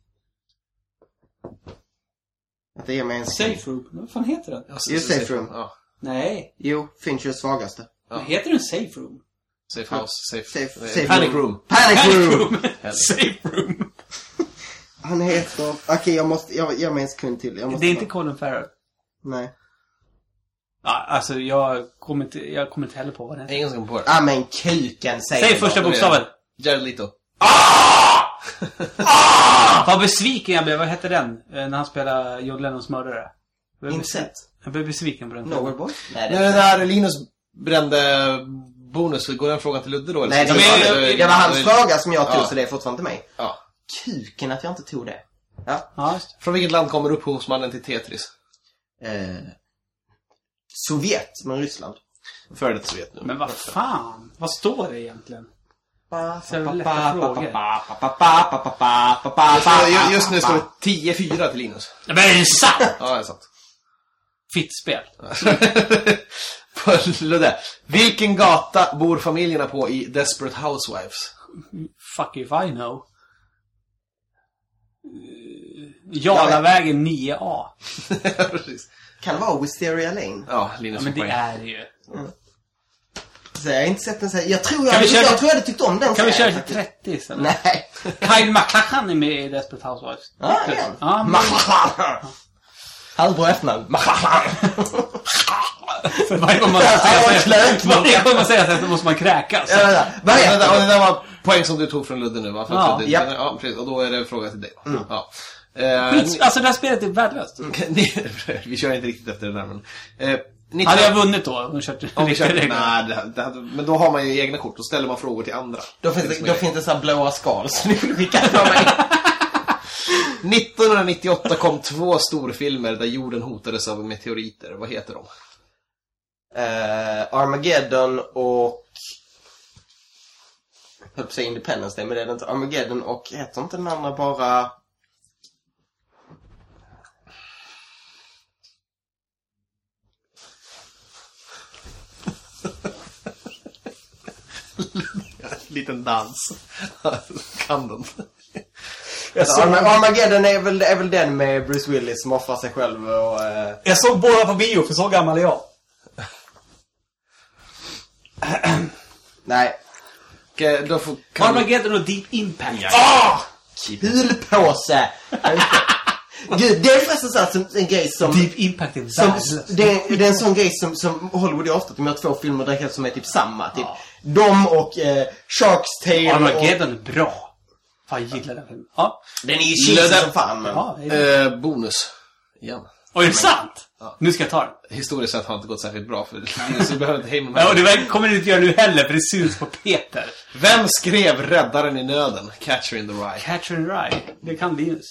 C: Att det ger mig en...
B: Safe Room. Vad fan heter den?
A: Ja,
C: Just Safe Room.
A: Ja.
B: Nej.
C: Jo, Finchers svagaste.
A: Ja.
B: Vad heter den Safe Room?
A: Safe House. Safe,
C: Safe-
A: nej,
C: safe
A: Panic
C: room.
A: Room.
C: Panic Room!
B: Safe Room.
C: Han heter... Okej, jag måste... Jag ger mig en sekund till. Jag måste
B: Det är inte Colin Farrell.
C: Nej.
B: Ja, alltså jag kommer inte, jag kommer inte heller på vad det heter.
A: Ingen som kommer på det.
C: Ah, men kuken säger
B: Säg
C: det.
B: första
A: då är det-
B: bokstaven.
A: Jared Leto.
B: Vad besviken jag blev. Vad hette den? Eh, När han spelar John Lennons mördare. Jag blev
C: Inte
B: besviken.
C: sett.
B: Jag blev besviken på den.
C: Nowhere Boy? Nej, det
A: Nej, när Linus brände bonus, går den frågan till Ludde då? eller?
C: Nej, det,
B: Men
C: var,
B: jag-
C: det var hans fråga som jag tog,
A: Ja.
C: så det är fortfarande inte mig.
A: Ja.
C: Kuken att jag inte tog det. Ja.
B: Ja, just det.
A: Från vilket land kommer upphovsmannen till Tetris?
C: Eh, Sovjet, men Ryssland.
A: Före detta Sovjet nu.
B: Men vad fan? Vad står det egentligen? Så jävla lätta
C: Ba,
B: frågor.
C: ba, ba, ba, ba, ba, ba, ba, ba, ba,
A: Just nu-
C: ba,
A: Just nu
C: ba,
A: står
C: ba.
A: det tio fyra till Linus.
B: Men är det sant?
A: Ja, det är sant.
B: Fittspel.
A: Ludde. Vilken gata bor familjerna på i Desperate Housewives?
B: Fuck if I know. Jarlavägen nio A.
C: Kan det vara Wisteria Lane?
A: Ja, Linus
B: Ja, men det
A: poäng.
B: är det ju.
C: Mm. Så jag har inte sett den så här. Jag tror jag,
B: Kan vi
C: jag,
B: köra-
C: jag tror jag hade tyckt om den.
B: Kan vi
C: så
B: köra
C: här,
B: till
C: faktiskt.
B: trettio istället?
C: Nej.
B: Kyle MacLachlan är med i Desperate Housewives.
C: Ja, igen.
B: Ja, men...
C: Halvbra efternamn.
B: För varje gång man
C: Ja,
B: säger
C: klök.
B: varje gång man säger så måste man kräkas.
C: Ja, ja. Vad
A: Och det,
C: heter
A: där, och det
C: den?
A: där var poäng som du tog från Ludde nu, va? För
B: Ja.
A: att det,
C: Japp.
A: ja, precis. Och då är det en fråga till dig.
C: Mm.
A: Ja. Eh,
B: Skit, alltså det här spelet är värdelöst.
A: ni- vi kör inte riktigt efter det där, men... Eh, nitton
B: Hade jag vunnit då? Och kört
A: Om vi kör,
B: riktiga regler.
A: nej, det, det hade, men då har man ju egna kort. Då ställer man frågor till andra.
C: Då finns det, då finns det så här blåa skal så ni vill skicka från mig.
A: nittonhundranittioåtta kom två storfilmer där jorden hotades av meteoriter. Vad heter de?
C: Uh, Armageddon och... Jag höll på att säga Independence Day, men det är det inte. Armageddon och heter inte den andra bara...
A: Liten dans. Kan den?
C: Alltså, Arma- Armageddon är väl, är väl den med Bruce Willis som offrar sig själv och... Uh...
B: Jag såg båda på bio, för så gammal är jag.
C: Nej.
A: Okej, då får... Kan...
B: Armageddon och Deep Impact.
C: Ah! Hulpåse! Gud, det är förresten så här som en grej som...
B: Deep Impact är
C: Som,
B: värdelöst.
C: det, är, det är en sån grej som, som Hollywood gör ofta. De gör två filmer där som är typ samma. Typ. De och eh, Shark's Tale.
B: Armageddon är bra. Fan, jag gillar den filmen. Ja.
C: Och, den är ju cheesy som fan. Men...
B: Ja, är det...
A: Eh, bonus. Igen.
B: Och är det sant?
A: Ja.
B: Nu ska jag ta den.
A: Historiskt sett har det inte gått särskilt bra för så behöver inte Heyman.
B: Ja, och det väl- kommer det inte göra nu heller, för det syns på Peter.
A: Vem skrev Räddaren i nöden? Catcher in the Rye.
B: Catcher in Rye. Det kan Linus.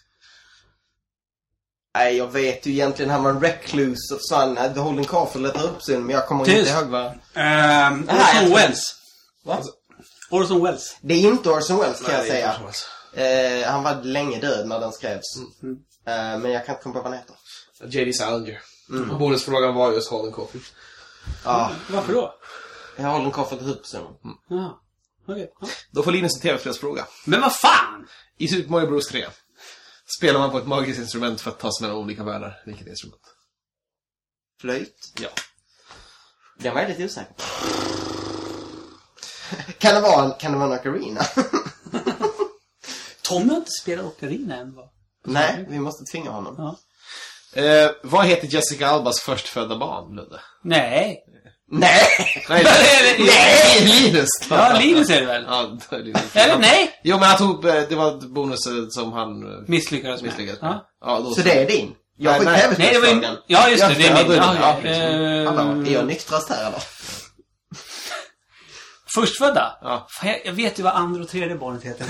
C: Nej, jag vet ju egentligen. Han var en recluse och så han The Holding Careful letar upp sin. Men jag kommer
B: Tyst.
C: inte ihåg vad...
B: Ehm,
C: Ah, jag
B: Orson
C: tror-
B: Welles.
C: Va?
B: Orson Welles.
C: Det är inte Orson Welles kan
A: Nej,
C: jag
A: det är
C: säga.
A: Orson Welles.
C: Eh, han var länge död när den skrevs. Eh, men jag kan inte komma på vad han heter.
A: J D Salinger. Mm. Bonusfrågan var just Holden Caulfield.
C: Ja,
B: Varför då?
C: jag har Holden Careful till huvudpersonen.
B: Ja. Okej. Ja.
A: Då får Linus en tv-spelsfråga.
B: Men vad fan?
A: I Super Mario Bros tre spelar man på ett magiskt instrument för att ta sig mellan olika världar. Vilket instrument?
C: Flöjt.
A: Ja.
C: Den var jag lite osäker på. Kan det vara en, kan det vara en ocarina?
B: Tommy har inte spelat Ocarina än, va?
C: Nej, vi måste tvinga honom.
B: Ja.
A: Eh, vad heter Jessica Albas förstfödda barn, Ludde?
B: Nej.
C: Nej!
A: Nej,
C: Nej!
A: Linus!
B: Ja, Linus är det väl?
A: Ja, det är Linus.
B: Eller nej?
A: Jo, men han tog, eh, det var bonus eh, som han eh,
B: Misslyckades med.
A: misslyckades med.
B: Ja.
A: Ja, då
C: Så det är din? Jag
A: Nej,
C: fick
A: nej.
B: Nej, det var ju...
C: tävlingsfrågan.
B: Ja, just det. Det är
A: Ja,
B: min.
A: då är det-
B: Ja,
A: ja,
B: ja.
C: Hallå, är jag
B: Ehm,
C: nyktrast här eller?
B: Förstfödda?
A: Ja.
B: Fan, jag, jag vet ju vad andra och tredje barnet heter.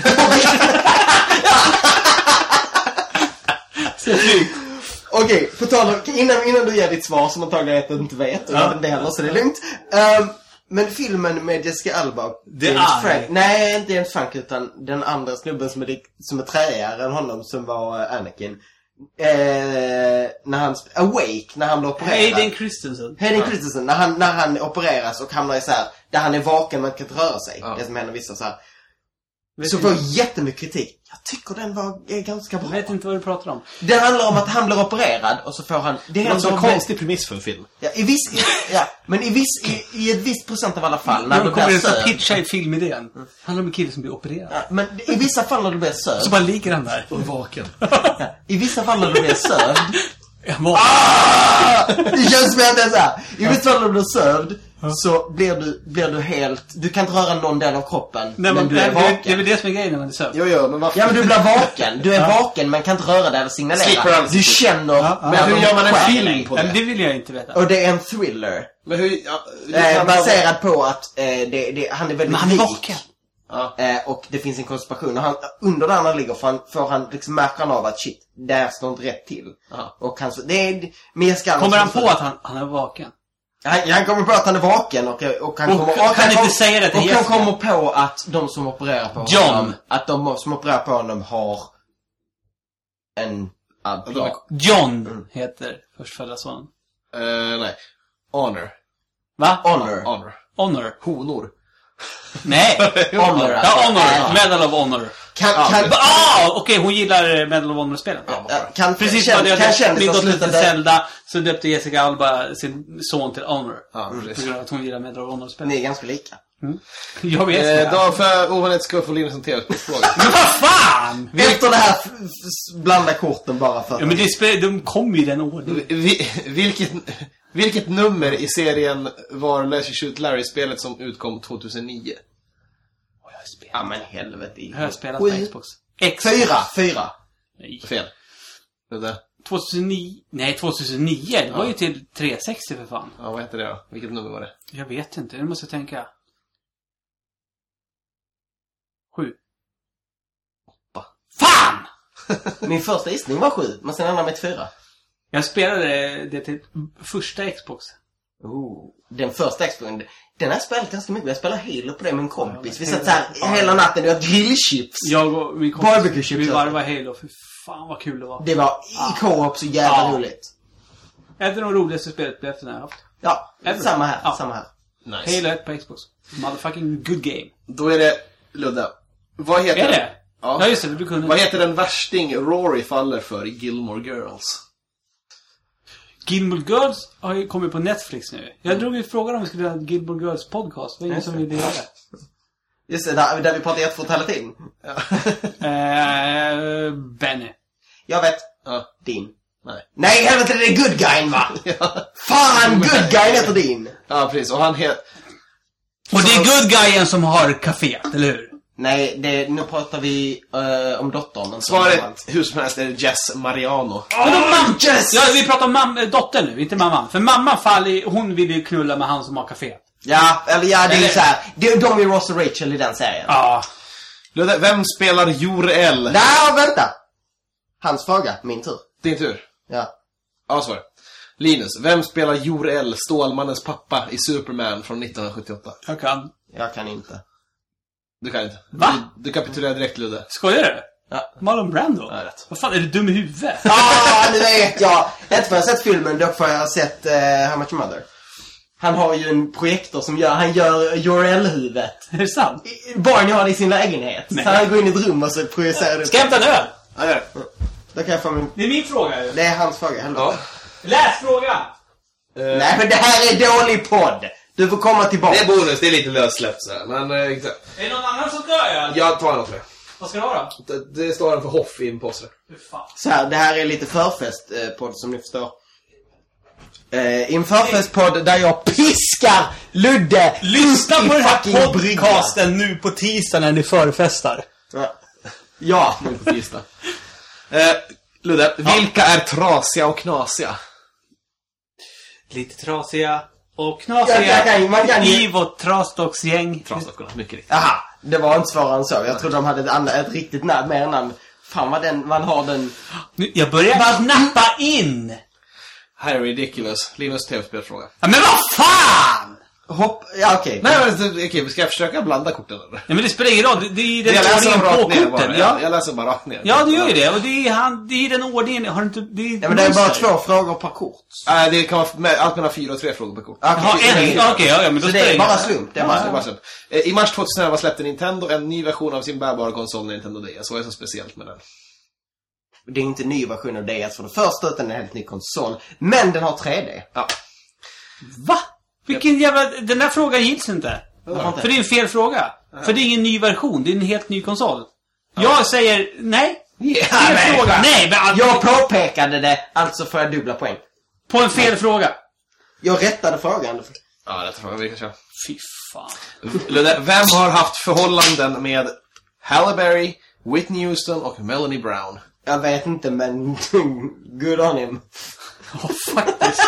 B: Så tryggt.
C: Okej, på tal om, innan, innan du ger ditt svar som antagligen att du inte vet, och
B: Ja.
C: ja. det heller, så det är lugnt. Um, men filmen med Jessica Alba och
B: The
C: James
B: Eye.
C: Frank, nej, inte James Frank utan den andra snubben som är, som är träigare än honom som var uh, Anakin. Eh, när han, sp- Awake, när han blir opererad.
B: Hayden Christensen.
C: Hayden Christensen, när han, när han opereras och hamnar i så här, där han är vaken men kan inte röra sig.
A: Ja.
C: Det som händer vissa så här.
B: Vet
C: Så
B: inte-
C: får jättemycket kritik. Jag tycker den var är ganska bra.
B: Jag vet inte vad du pratar om.
C: Det handlar om att han blir opererad och så får han... Det
A: Det
C: är
A: var en
C: ändå
A: sån konstig premiss för en film.
C: Ja, i viss, i, ja, men i, viss, i, i ett visst procent av alla fall när
B: När
C: du
B: de kommer
C: blir
B: in och
C: sövd.
B: pitcha i filmidén. Handlar om en kille som blir opererad.
C: Ja, men i vissa fall när du blir
B: Så
C: sövd.
B: bara ligger han där.
A: Och vaken.
C: Ja, I vissa fall när du blir sövd.
B: Jag må...
C: Det känns som att det är så här. I vissa fall när du blir sövd. Så blir du, blir du helt... Du kan inte röra någon del av kroppen.
B: Nej,
C: men
B: men
C: du
B: det,
C: är
B: det, det är
C: vaken.
B: väl det som är grejen när man är sövd.
A: Jo, jo, men varför?
C: Ja, men du blir vaken. Du är vaken men kan inte röra dig eller
A: Slipper
C: signalera.
A: alls.
C: Du känner...
B: Ja, ja.
A: Men hur gör man en
C: skär
A: film
C: dig.
A: på
B: Men
A: det?
B: det vill jag inte veta.
C: Och det är en thriller.
A: Men hur... Ja, hur
C: Eh,
A: kan man-
C: baserad på att eh, det, det, han är väldigt
B: Men han är
C: rik.
B: vaken.
A: Ja.
C: Eh, och det finns en konspiration. Och han, under där han ligger får han, får han liksom märker han av att shit, det här står inte rätt till.
A: Ja.
C: Och han, det är mer skall
B: Kommer han på att han, han är vaken?
C: han, han kommer på att han är vaken och, och han
B: Och
C: kommer...
B: kan
C: han
B: inte
C: kom-
B: säga det till
C: Och han
B: Jessica?
C: kommer på att de som opererar på
B: John.
C: honom, att de som opererar på honom har en... en
A: Ja.
C: plan.
B: John heter förstfödda sonen.
A: Uh, nej. Honor.
B: Va?
C: Honor.
A: Honor.
B: Honor.
A: Honor.
B: Nej.
C: Honor.
B: Ja, Honor.
C: Ja.
B: Medal of Honor.
C: Kan,
A: Ja,
C: kan,
A: men-
B: Ah, okej, hon gillar Medal of Honor-spelen.
A: Ja,
C: ja, kan,
B: Precis
C: kan,
B: vad jag
C: kan
B: döpte min
C: kändisar
B: dotter
C: sluta
B: till
C: dö?
B: Zelda, så döpte Jessica Alba sin son till Honor.
A: Ja,
B: På
A: precis.
B: grund av att hon gillar Medal of Honor-spelen.
C: Ni är ganska lika.
B: Jag vet
A: Eh,
B: inte.
A: då för ovanligt skull får Linus en tv-spelsfråga.
B: Men vad fan! Vi...
C: Efter det här, f- f- blanda korten bara för
B: Ja, men det spe... de kommer ju i den ordningen.
A: Vi, vilket, vilket nummer i serien var Leisure Shoot Larry-spelet som utkom tjugohundranio?
B: Jag har spelat,
C: Ja, men helvete.
B: jag har spelat
C: Sju.
B: på Xbox. Xbox.
C: Fyra, fyra.
B: Nej.
A: Fel. Det där.
B: tjugohundranio. Nej, tjugohundranio. Det var ju till trehundrasextio för fan.
A: Ja, vad heter det då? Vilket nummer var det?
B: Jag vet inte, det måste jag tänka. Sju.
A: Åtta.
B: Fan!
C: Min första gissning var sju, men sen ändrade jag mig till fyra.
B: Jag spelade det till första Xbox.
C: Oh, den första Xboxen, den har jag spelat ganska mycket. Jag spelade Halo på det med en kompis. Vi satt så här hela natten och åt grillchips.
B: Jag och min
C: Barbecue
B: kompis,
C: chips,
B: vi
C: alltså.
B: varvade Halo. För fan vad kul det var.
C: Det var i co-op så jävla
B: Ja.
C: roligt.
B: Ett av de roligaste spelet jag efter när jag haft.
C: Ja,
B: Ever.
C: samma här,
B: Ja.
C: samma här.
A: Nice.
B: Halo ett på Xbox. Motherfucking good game.
A: Då är det Ludda. Vad heter
B: Är
A: den?
B: det?
A: Ja.
B: Ja, just det, du kunde.
A: Vad heter den värsting Rory faller för i Gilmore Girls?
B: Gilmore Girls har ju kommit på Netflix nu. Jag drog ju frågan om vi skulle göra en Gilmore Girls podcast. Det var ingen som ville göra det.
C: Just det, där, där vi pratar jättefort hela tiden.
B: Eh, Benny.
C: Jag vet.
A: Ja.
C: Din.
A: Nej.
C: Nej, helvete, det är good guyn, va?
A: Ja.
C: Fan, good guyn heter din.
A: Ja, precis. Och han heter...
B: Och det är good guyen som har kaféet, eller hur?
C: Nej, det, nu pratar vi uh, om dottern.
A: Svaret, hur som helst, är det Jess Mariano.
B: Men då mam-
C: yes!
B: Ja, vi pratar om mam- dottern nu, inte mamman. För mamman faller, hon vill ju knulla med han som har kaféet.
C: Ja, eller ja, det är ju
B: Eller-
C: såhär. De, de är Ross och Rachel i den serien.
B: Ja.
A: Ludde, vem spelar Jor-El?
C: Nej, vänta. Hans fråga, min tur.
A: Din tur.
C: Ja.
A: Ja, svar. Linus, vem spelar Jor-El, Stålmannens pappa, i Superman från nittonhundrasjuttioåtta?
B: Jag kan.
C: Jag kan inte.
A: Du kan inte.
B: Va?
A: Du, du kapitulerar direkt, Ludde.
B: Skojar du?
C: Ja.
B: Marlon Brando?
A: Ja, rätt.
B: Vad fan, är du dum i huvudet?
C: Ah, nu vet jag! Inte för jag har sett filmen, dock för jag har sett uh, How Much Mother. Han har ju en projektor som gör, han gör Jor-El-huvudet.
B: Är det sant?
C: Barney har det i sin lägenhet.
B: Nej.
C: Så han går in i ett rum och så projicerar det.
B: Ska jag hämta en öl?
A: Ja, gör det.
C: Då kan jag få min...
B: Det är min fråga ju.
C: Det är hans fråga, helvete.
A: Ja.
B: Läs frågan!
C: Nej, men det här är dålig podd. Du får komma tillbaka.
A: Det är bonus, det är lite lössläppt så här. Men, eh, exakt.
B: Är det någon annan som ska göra?
A: Jag tar en också.
B: Vad ska det vara då?
A: Det, det står en för Hoff i en påse.
B: Fy fan.
C: Så här, det här är lite förfest-podd som ni förstår. Eh, I en förfestpodd där jag piskar Ludde.
B: Lyssna
C: upp i
B: på den här
C: fucking brygga.
B: podcasten nu på tisdag när ni förfestar.
C: Ja. Ja.
A: Nu på tisdag. eh, Ludde, vilka är trasiga och knasiga?
B: Lite trasiga och
C: Ja,
B: knasiga.
C: jag kan- man kan ju-
B: I vårt trasdocksgäng.
A: Trasdockorna, mycket riktigt.
C: Aha, det var inte svårare än så. Jag trodde de hade ett, annat, ett riktigt namn, mer namn. Fan vad den, man har den...
B: Nu, jag börjar knappa in.
A: Här är ridiculous. Linus tv-spelfråga.
B: Ja, men vad fan!
C: Hopp... Ja, okej.
A: Nej, men okej, ska jag försöka blanda korten eller?
B: Ja, men det spelar ingen roll. Det, det är ju den
A: Jag läser dem
B: ordningen
A: rakt
B: på
A: ner bara.
B: korten.
A: Ja.
B: Ja.
A: Jag läser bara rakt ner.
B: Ja, det gör ju det. Och det är, han, det är den ordningen. Har du inte... Det är
C: Ja, men det är bara
B: monster.
C: två frågor per kort.
A: Nej, det kan vara med, allt mellan fyra och tre frågor per kort.
C: Okej,
B: Jaha,
C: så det
B: en.
C: är-
B: Okej, ja, ja, men då
C: Så det
B: spelar
C: är
B: det
C: bara
B: ingen
C: slump. Det är
A: Ja,
C: bara
A: det är
C: slump.
A: bara slump. Eh, I mars tjugohundraelva släppte Nintendo en ny version av sin bärbara konsol, Nintendo D S. Vad är så speciellt med den?
C: Det är inte en ny version av D S för det första, utan en helt ny konsol. Men den har tre D.
A: Ja.
B: Va? Vilken jävla... Den där frågan gills inte.
C: Varför
B: För det är en fel fråga. För det är ingen ny version. Det är en helt ny konsol. Jag säger nej. Fel
C: men-
B: fråga. Nej, men alltså,
C: Jag påpekade det, alltså får jag dubbla poäng.
B: på en fel fråga.
C: Jag rättade frågan.
A: Ja, det tror jag vi kan köra.
B: Fy fan.
A: Ludde, vem har haft förhållanden med Halle Berry, Whitney Houston och Melanie Brown?
C: Jag vet inte, men good on him.
B: Ja, faktiskt.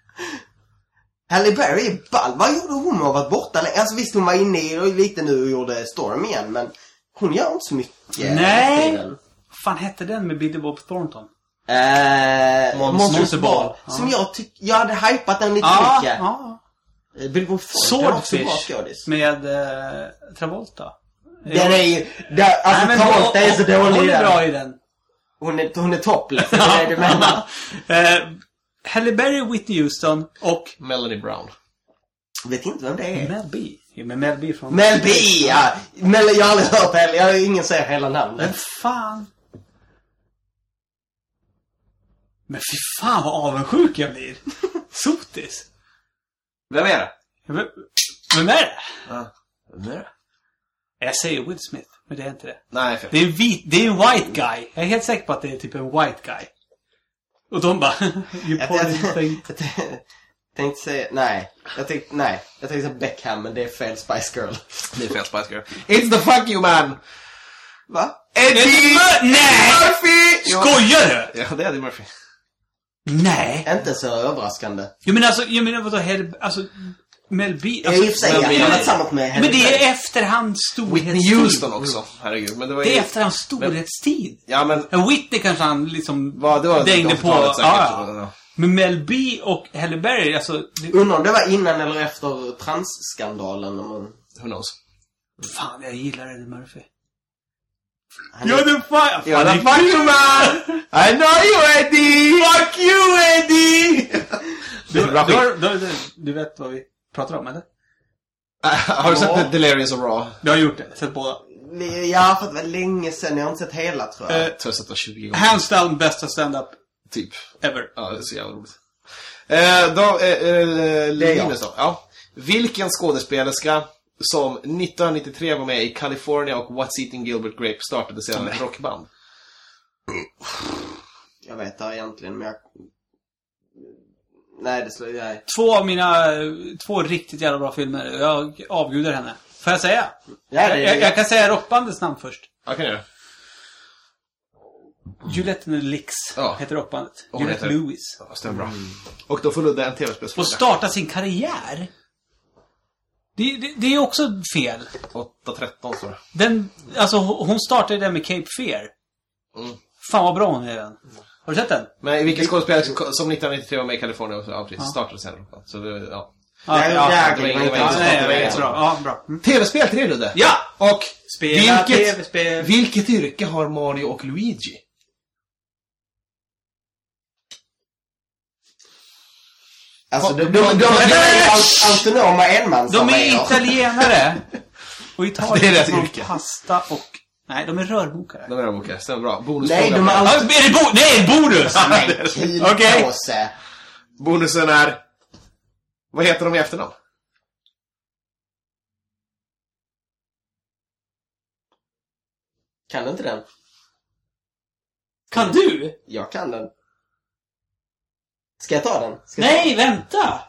C: Halle Berry är ball. Vad gjorde hon med att ha varit borta? Alltså visst, hon var inne i lite nu och gjorde Storm igen, men hon gör inte så mycket.
B: Nej.
C: Tiden.
B: Vad fan hette den med Billy Bob Thornton?
C: Eh,
A: Monster
C: Monster
B: Ball.
C: Ball. Som jag tyck, jag hade hypat den lite
B: Ja,
C: mycket.
B: ja.
C: Eh, Billy Bob Thornton var också bra
B: Swordfish
C: skådis.
B: med eh, Travolta.
C: Den är ju... Där, alltså,
B: Nej, men
C: Travolta är så dålig
B: hon
C: i
B: är
C: den.
B: bra i den.
C: Hon är, hon är topless, det är det du menar.
B: Eh, Halle Berry, Whitney Houston och...
A: Melanie Brown.
C: Vet inte vem det är.
B: Mel B. Ja, men Mel B från...
C: Mel B, ja. Mel, jag har aldrig hört heller. Jag har ingen säger hela namnet.
B: Men fan. Men fy fan vad avundsjuk jag blir. Sotis.
A: Vem är det?
B: Vem, vem är det?
A: Ja. Vem är det?
B: Jag säger Will Smith, men det är inte det.
A: Nej, fel.
B: Det är en vit, det är en white guy. Jag är helt säker på att det är typ en white guy. Och de bara... you
C: Jag,
B: poor
C: jag,
B: little thing.
C: jag, jag tänkte säga... Nej. Jag tänkte... Nej. Jag tänkte säga Beckham, men det är fel Spice Girl.
A: Det är fel Spice Girl. It's the fuck you man!
C: Va?
A: Eddie
B: Nej!
A: Murphy!
B: Skojar du?
A: Ja, det är Eddie Murphy.
B: Nej.
C: Inte så överraskande.
B: Jag menar alltså, jag menar vadå, Hel, alltså Mel B,
C: Jag
B: alltså,
C: i och för sig,
A: men-
C: jag har varit samman med henne.
B: men det är efter hans storhetstid.
A: Whitney Houston också. Herregud. Men det var ju...
B: Det är efter hans storhetstid.
A: Ja, men...
B: En Whitney kanske han liksom
A: Vad, det var
B: dängde på.
A: åttiotalet säkert.
B: Ja.
A: Ja.
B: Men Mel B och Halle Berry, alltså... Det,
C: Undrar om det var innan eller efter transskandalen. Om man...
A: Who knows?
B: fan, jag gillar Eddie Murphy.
C: Han
B: You're
C: är...
B: the fuck...
A: You're the fuck you man! I know you Eddie! Fuck you Eddie!
B: Du,
A: Det är bra
B: du,
A: skit.
B: har- du, du, du vet vad vi pratar om, eller?
A: Har du sett
C: Ja.
A: The Delirious och Raw?
B: Du har gjort det, sett båda.
C: Ja, för att det var länge sedan. Jag har inte sett hela, tror jag.
B: Eh,
A: Jag tror jag har sett den tjugo gånger.
B: hands down bästa stand-up
A: Typ.
B: ever.
A: Ja, det är så jävla roligt. Eh, då, eh, eh,
C: Det är jag.
A: Linus då. Ja. Vilken skådespelerska som nittonhundranittiotre var med i California och What's Eating Gilbert Grape startade sedan ett rockband?
C: Jag vet det egentligen, men jag... Nej, det slår... Nej.
B: Två av mina, två riktigt jävla bra filmer. Jag avgudar henne. Får jag säga?
C: Ja, det,
B: Jag, jag kan säga rockbandets namn först.
A: Ja, kan jag göra.
B: Juliette and the Licks
A: Ja.
B: heter rockbandet.
A: Och hon
B: Juliette
A: heter-
B: Lewis.
A: Ja, stämmer bra. Och då får Ludde en
B: Och
A: tv-spelsfråga.
B: starta sin karriär. Det, det, det är också fel.
A: åtta tretton står det.
B: Den, alltså hon startade den med Cape Fear.
A: Mm.
B: Fan vad bra hon är den. Har du sett den?
A: Men vilken skådespelare som nittonhundranittiotre var med i California och ja, precis, startade sen rockband. Så det, ja.
B: Ja,
C: Ja,
B: ja,
C: ja,
A: det var
C: det var
A: ingen-
C: inte
A: det var
C: alls
A: ingen-
B: nej,
A: det var
B: nej,
A: ingen-
B: bra. Ja, bra. Mm.
A: Tv-spel till det, Ludde.
B: Ja!
A: Och
B: Spela
A: vilket,
B: tv-spel.
A: vilket yrke har Mario och Luigi?
C: Alltså, de, de,
A: de-
C: de, de,
A: de-
C: de är au- autonoma enmansarméer.
B: De är italienare. Och
A: Det är
B: Italien
A: rätt
B: har
A: yrke.
B: pasta och... Nej, de är rörbokare.
A: De är de okej, stämmer bra. Bonusfråga.
C: Nej, de är
B: Ja,
C: all...
B: är det bo- nej, bonus!
C: Men kul
B: Okej.
C: påse.
A: Bonusen är... Vad heter de i efternamn?
C: Kan du inte den?
B: Kan du?
C: Jag kan den. Ska jag ta den? Ska jag
B: Nej, vänta!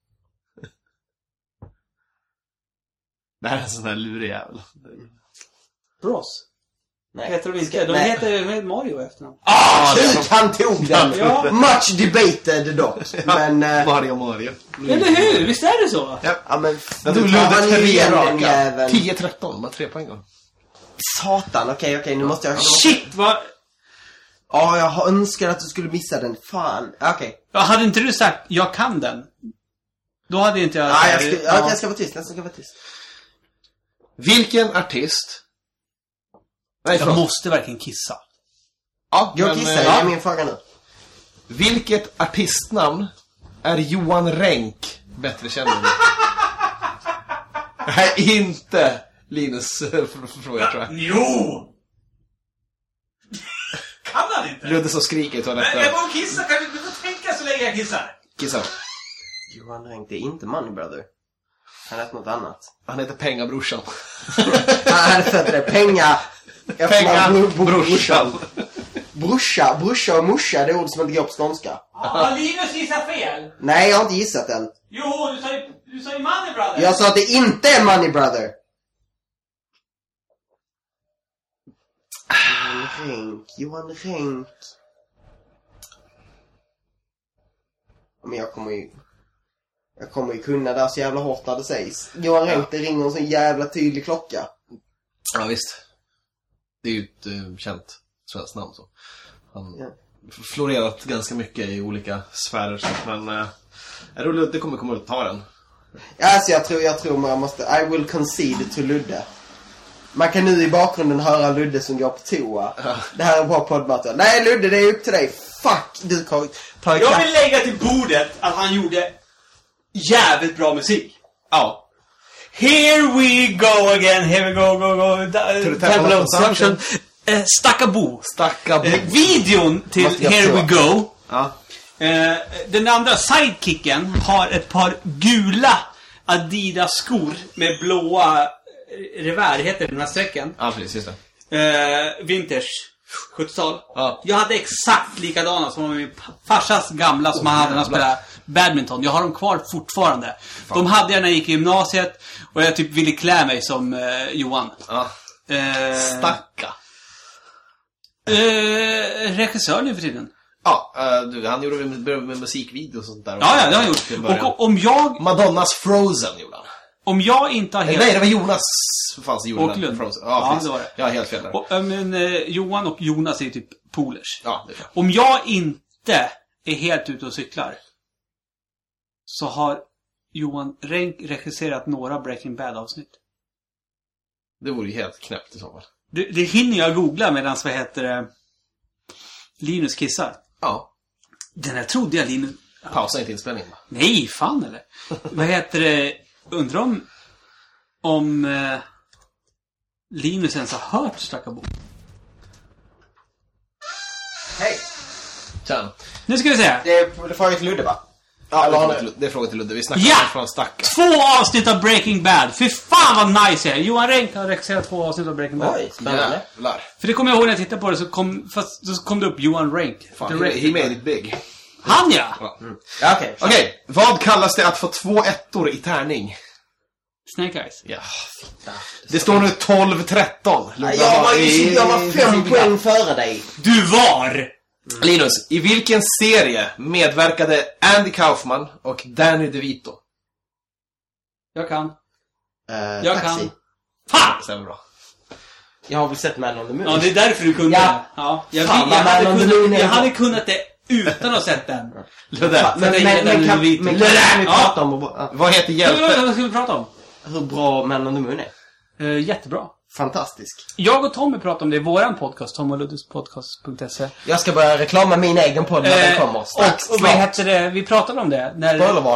A: Det här är en sån här lurig jävel.
B: Bros.
C: Nej.
B: Heter de inte?
C: Ska-
B: De
C: nej.
B: heter Mario efternamn.
C: Ah, kul! Han tog den!
B: Ja.
C: Much debated dock. Men... eh,
A: Mario Mario.
B: Eller hur? Visst är det så?
C: ja, men...
A: Du
C: Då tar
A: Ludde
C: han ju
A: tre
C: igen den
A: raka.
C: jäveln.
A: tio tretton, man har tre poäng då.
C: Satan, okej, okej, nu måste jag...
B: Shit, vad...
C: Ja, jag har önskat att du skulle missa den. Fan, okej.
B: Ja, hade inte du sagt jag kan den? Då hade inte jag...
C: Ja, jag ska,
B: Ja.
C: ja, jag ska vara tyst, jag ska vara tyst.
A: Vilken artist... Nej,
B: Jag
A: förlåt.
B: måste verkligen kissa.
A: Ja,
C: Jag
A: men,
C: kissar,
A: eh,
C: det är min fråga nu.
A: Vilket artistnamn är Johan Renck bättre känd än? Nej, inte Linus eh, fråga tror jag.
B: Jo! Kan han inte?
A: Ludde som skriker i
B: Men
A: toaletten.
B: jag bara kissa, kan du inte få tänka så länge jag kissar?
A: Kissa.
C: Johan Renck, det är inte Money Brother. Han heter något annat.
A: Han heter Pengabrorsan.
C: Han hade fått det. Penga...
A: Pengabrorsan.
C: Brorsa, brorsa och morsa, det är ord som inte går på skånska.
B: Har Linus gissat fel?
C: Nej, jag har inte gissat den.
B: Jo, du sa ju, du sa ju Money Brother.
C: Jag sa att det inte är Money Brother. Johan Renck, Johan Renck. Men jag kommer ju... Jag kommer ju kunna där så jävla hårt när det sägs. Johan Renck, det ringer en sån jävla tydlig klocka.
A: Ja, visst. Det är ju ett uh, känt svenskt namn så. Han
C: Ja.
A: f- florerat ganska mycket i olika sfärer så, men uh, jag tror Ludde kommer komma ut och ta den.
C: Alltså jag tror, jag tror man måste... I will concede to Ludde. Man kan nu i bakgrunden höra Ludde som går på toa. Ja. Det här är bra poddmaterial. Nej Ludde, det är upp till dig. Fuck, du kan ta
B: Jag vill lägga till bordet att han gjorde jävligt bra musik.
A: Ja.
B: Here we go again, here we go, go, go. Temple of Destruction. Eh, Stackabo.
A: Stackabo.
B: Eh, videon till Here we go.
A: Ja.
B: Eh, den andra sidekicken har ett par gula Adidas-skor med blåa revär, heter den här strecken.
A: Ja, precis, just det.
B: Eh, vintage sjuttiotal.
A: Ja.
B: Jag hade exakt likadana som min farsas gamla som oh, han hade när han spelade badminton. Jag har dem kvar fortfarande. Fan. De hade jag när jag gick i gymnasiet och jag typ ville klä mig som eh, Johan.
A: Ja.
B: Eh,
A: Stacka.
B: Eh, regissör nu för tiden.
A: Ja, uh, du, han gjorde med, med musikvideo och sånt där.
B: Ja, ja, det har han gjort. Och, och om jag...
A: Madonnas Frozen gjorde han.
B: Om jag inte har helt...
A: Nej, det var Jonas för fan som gjorde
B: den.
A: Frozen.
B: Ja, ja det var det.
A: Jag har helt fel där.
B: Och, men, eh, Johan och Jonas är typ polers.
A: Ja, det är det.
B: Om jag inte är helt ute och cyklar så har Johan Renck regisserat några Breaking Bad-avsnitt.
A: Det vore ju helt knäppt i så fall.
B: Det, det hinner jag googla medan vad heter det, Linus kissar.
A: Ja.
B: Den här trodde jag Linus...
A: Pausa inte inspelningen va?
B: Nej, fan eller? Vad heter det? Undrar om... Om... Eh, Linus ens har hört Stackabo.
C: Hej.
A: Tjena.
B: Nu ska vi se.
C: Det är, det frågar till Ludde va?
A: Ja, det är, fråga till, det är fråga till Ludde. Vi snackar
B: ja!
A: från Stacka.
B: Två avsnitt av Breaking Bad. Fy fan vad nice är. Johan Renck har regisserat två avsnitt av Breaking Bad.
C: Oj, spännande.
A: Jävlar.
B: För det kommer jag ihåg när jag tittade på det så kom, fast, så kom det upp Johan Renck.
A: Fan, he, he made it big.
B: Han ja!
A: Ja,
C: mm. Ja okej.
A: Okay, okay. Vad kallas det att få två ettor i tärning?
B: Snake Eyes.
A: Ja. Det står nu tolv tretton.
C: Ja, jag, var, i, jag var fem poäng före dig.
B: Du var!
A: Mm. Linus, i vilken serie medverkade Andy Kaufman och Danny DeVito?
B: Jag kan.
C: Uh,
B: jag
C: taxi.
B: kan. Fan!
A: Det stämmer bra.
C: Jag har väl sett Man on the Moon.
B: Ja, det är därför du kunde.
C: Ja.
B: Ja. Jag,
C: Fan,
B: jag, jag, hade kunnat, jag hade
C: bra.
B: kunnat det utan att ha sett den.
A: Det
C: men, men, men, men kan, men kan vi prata om... Ja.
A: Vad heter hjälpen?
B: Vad ska vi prata om?
C: Hur bra Man on the Moon är.
B: Uh, jättebra.
C: Fantastisk.
B: Jag och Tommy pratar om det i våran podcast, tom och luddes podcast punkt se.
C: Jag ska börja reklama min egen podd när
B: eh,
C: den kommer. Strax,
B: och och vad heter det? Vi pratade om det. När,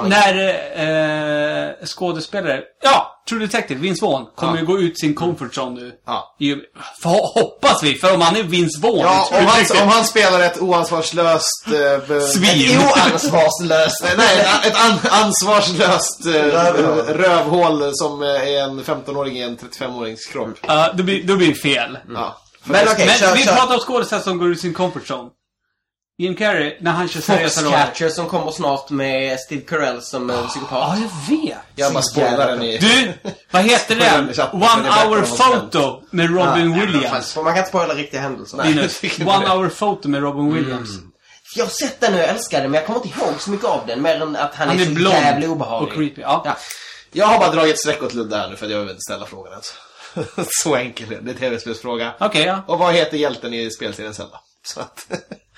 B: när eh, skådespelare... Ja, True Detective, Vince Vaughn, kommer
A: ja.
B: ju gå ut sin comfort zone nu.
A: Ja.
B: I, för, hoppas vi, för om han är Vince Vaughn...
A: Ja, om han, om han spelar ett oansvarslöst... Eh,
B: Svin.
C: Ett oansvarslöst...
A: nej, ett, ett an, ansvarslöst eh, rövhål. rövhål som är en femtonåring i en trettiofemårings kropp.
B: Ja, uh, då, blir, då blir det fel.
A: Mm. Ja.
C: Men, okay,
B: Men
C: kör,
B: vi
C: kör.
B: pratar om skådespelare som går ut sin comfort zone. Jim Carrey, när han kör seriösa roller.
C: Foxcatcher som kommer snart med Steve Carell som en psykopat.
B: Ja, jag vet.
A: Jag bara spoilar den i...
B: Du, vad heter den? One Hour Photo med Robin
C: ja,
B: Williams.
C: Man kan inte spoila riktiga händelser.
B: Linus, One Hour Photo med Robin Williams. Mm.
C: Jag har sett den och jag älskar den, men jag kommer inte ihåg så mycket av den. Mer än att han, han är, är så
B: blond
C: jävla obehaglig.
B: Och creepy, ja.
A: ja. Jag har bara dragit streck åt Ludde här nu för att jag vill inte ställa frågan ens. Så enkelt är det. Det är tv-spelsfråga.
B: Okej, okay, ja.
A: Och vad heter hjälten i spelserien Zelda? Så att...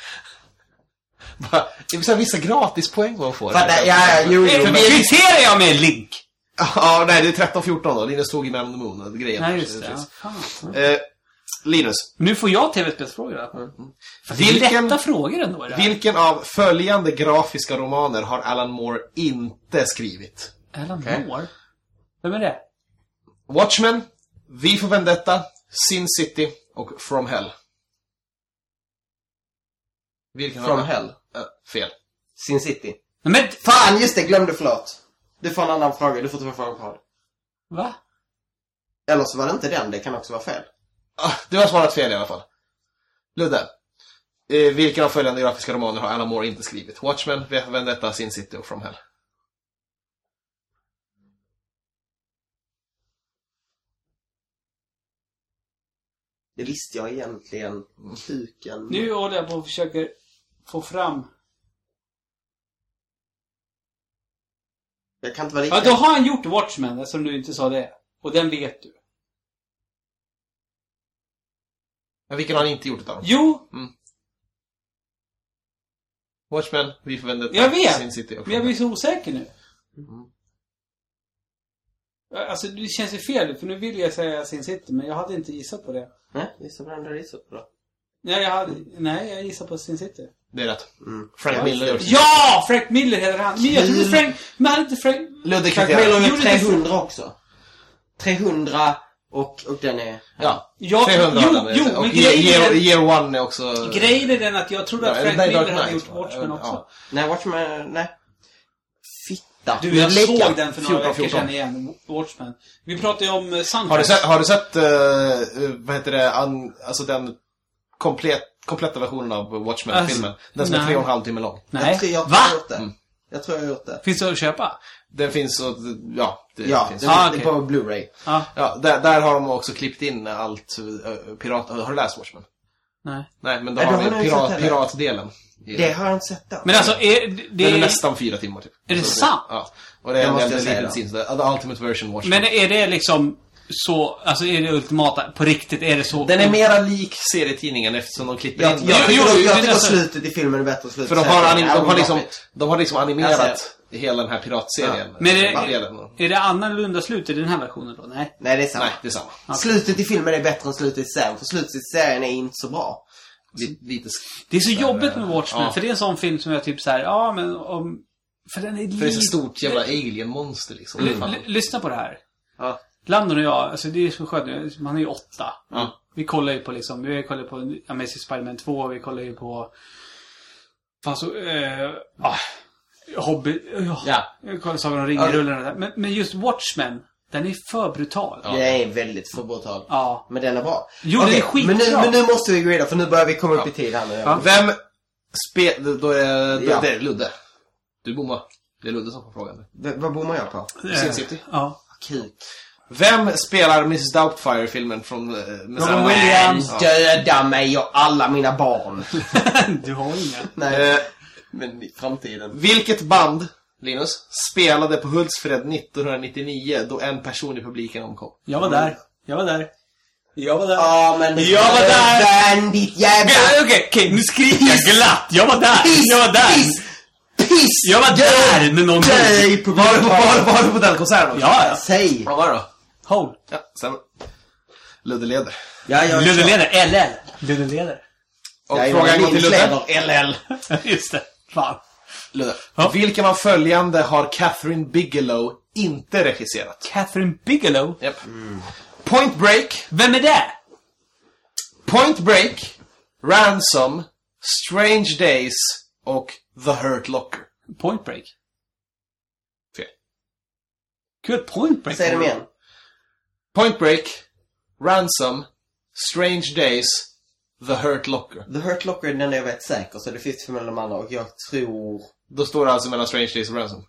A: Det är så vissa gratispoäng man får.
C: För det, ja, ja, jo, jo.
B: Kvitterar jag med Link?
A: Ja, nej, det är tretton fjorton då. Linus tog i Man on the Moon. Grejen.
B: Nej, just det. Ja, fan.
A: Eh, Linus.
B: Nu får jag tv-spelsfrågor då. Mm. Det är vilken, lätta frågor ändå. Det
A: vilken av följande grafiska romaner har Alan Moore inte skrivit?
B: Alan okay. Moore? Vem är det?
A: Watchmen, V for Vendetta, Sin City och From Hell. Vilken
C: From Hell?
A: Äh, fel.
C: Sin City.
B: Men
C: fan, just det, glömde, förlåt. Du får en annan fråga, du får två frågor på.
B: Va?
C: Eller så var det inte den, det kan också vara fel.
A: Ah, du har svarat fel i alla fall. Ludde. Eh, vilken av följande grafiska romaner har Alan Moore inte skrivit? Watchmen, V for Vendetta, Sin City och From Hell.
C: Det visste jag egentligen. Kuken.
B: Nu håller jag på och försöker få fram.
C: Jag kan inte vara riktigt.
B: Ja, då har han gjort Watchmen, som du inte sa det. Och den vet du.
A: Men vilken har han inte gjort då?
B: Jo!
A: Mm. Watchmen, V for Vendetta,
B: jag vet,
A: Sin City och
B: men jag blir så osäker nu.
A: Mm.
B: Alltså det känns ju fel, för nu vill jag säga Sin City, men jag hade inte gissat på det.
C: Nej, gissa på den du gissat på då.
B: Nej, jag hade, nej, jag gissar på Sin City.
A: Det är rätt.
C: Mm.
A: Frank
C: Ja,
A: Miller gjorde
B: Ja! Frank Miller heter han. Men jag trodde Frank... Men hade inte Frank...
A: Ludde
C: Frank
A: Kristian.
C: Miller
B: Gjorde
C: gjorde
B: det-
C: trehundra också. trehundra och, och den är...
A: Ja,
B: Ja,
A: trehundra
B: jo,
A: har den.
B: jo,
A: Och
B: men
A: year,
B: grejen är-
A: year, year One är också...
B: Grejen är den att jag trodde att
A: Ja,
B: Frank
A: nej,
B: Miller
A: Dark
B: hade
A: Knight,
B: gjort
A: va?
B: Watchmen också.
A: Ja.
C: Nej, Watchmen... Nej. Fitta.
B: Du, jag
C: Lika.
B: såg den för några
A: fjorton,
B: veckor
A: fjorton.
B: sedan igen, Watchmen. Vi pratade ju om uh, Sunfest.
A: Har du sett, har du sett uh, vad heter det, an, alltså den komplett, kompletta versionen av Watchmen-filmen? Den som är
B: nej.
A: tre och en halv timme lång.
C: Jag
B: Nej,
C: tror jag
B: va?
C: har gjort det.
A: Mm.
C: Jag tror jag har gjort det.
B: Finns det att köpa?
A: Den finns och, ja, det
C: Ja,
A: finns.
C: den
B: Ah,
C: är
B: okej.
C: på Blu-ray.
B: Ja,
A: Ja, där, där har de också klippt in allt uh, pirat... Har du läst Watchmen?
B: nej.
A: Nej, men då
C: Nej,
A: har
C: det
A: vi
C: har jag inte
A: pirat,
C: sett heller.
A: piratdelen. i
C: Det
A: den.
C: har jag inte sett då.
B: Men alltså, är, det,
A: Den är
B: är,
A: nästan fyra timmar typ.
B: är det
A: Så
B: sant?
A: Ja. Och det
C: Det
A: är
C: måste
A: en
C: jag säga
A: liten
C: då.
A: scene. så det- The Ultimate Version Watchmen.
B: men är det liksom så, alltså är det ultimata, på riktigt, är det så?
A: Den är mera lik serietidningen eftersom de klipper
C: Jag,
A: in
C: jag,
B: Jo,
C: tycker,
B: jo,
C: jag,
B: jo,
C: jag
B: det är
C: tycker
B: nästan-
C: slutet i filmen är bättre slut.
A: För de har, anim, de har, liksom,
C: Albumloppet.
A: de har liksom
C: Jag
A: animerat hela den här piratserien.
C: Ja.
B: Men är
A: Bara
B: det,
A: delen.
B: är det annorlunda slut i den här versionen då? Nej.
C: Nej, det är samma.
A: Nej, det är samma.
C: Slutet i filmen är bättre än slutet i serien. För slutet i serien är inte så bra.
A: Lite, lite sk-
B: Det är så jobbigt med Watchmen,
A: Ja.
B: för det är en sån film som jag typ så här, ja men om... För den är
A: För det är så
B: lite...
A: stort jävla alien-monster liksom.
B: L- l- lyssna på det här.
A: Ja.
B: Landon och jag, alltså det är så skönt, man är ju åtta.
A: Ja.
B: Vi kollar ju på liksom, vi kollar på Amazing Spider-Man två, vi kollar ju på... Fan så, eh, ah, Hobby, ja.
A: Ja.
B: Jag kollar Sagan om ringen-rullen och det där. Men, men just Watchmen, den är för brutal.
A: Ja.
C: Det är väldigt för brutal.
B: Ja.
C: Men den är bra.
B: Jo, den är skitbra.
C: men nu, men nu måste vi gå vidare, för nu börjar vi komma upp i tid här nu.
B: Ja.
A: Vem spelar... Då är
C: Ja.
A: det är Ludde. Du bommar. Det är Ludde som får frågan.
C: V- vad bommar jag på?
A: Sin City.
B: Ja.
C: Kuk.
A: Vem spelar missus Doubtfire-filmen från... eh, med
B: Robin
A: samma-
B: Williams.
A: Ja.
C: Döda mig och alla mina barn.
B: Du har inga.
C: Nej,
A: Eh,
C: men i framtiden.
A: vilket band, Linus, spelade på Hultsfred nittonhundranittionio då en person i publiken omkom?
B: Jag var där. Jag var där. Jag var där.
C: Ja, men...
B: Jag var där.
C: Vän, ditt jävla...
B: Okej, okej, okej, nu skriker jag glatt. Jag var där.
C: Piss,
B: Jag var där.
C: piss, piss!
B: Jag var där när någon...
C: Döj på
A: Var du på, var, var du på den konserten också?
B: Ja, ja.
C: Säg.
A: Vad var det då?
B: Hold.
A: Ja, stämmer. Ludde leder.
C: Ja, jag
B: Ludde leder. L L. Ludde leder.
A: Och
C: Ja,
A: frågan går till Ludde.
C: L L.
B: Just det. Fan.
A: Ludde.
B: Ja.
A: Vilken av följande har Catherine Bigelow inte regisserat?
B: Catherine Bigelow.
A: Japp. Point Break,
B: Vem är det?
A: Point Break, Ransom, Strange Days och The Hurt Locker.
B: Point Break.
A: Fel.
B: Kul, Point Break.
C: Säg dem igen.
A: Point Break, Ransom, Strange Days, The Hurt Locker.
C: The Hurt Locker är den enda jag vet säker, så det finns för mellan de andra. Och jag tror...
A: Då står det alltså mellan Strange Days och Ransom.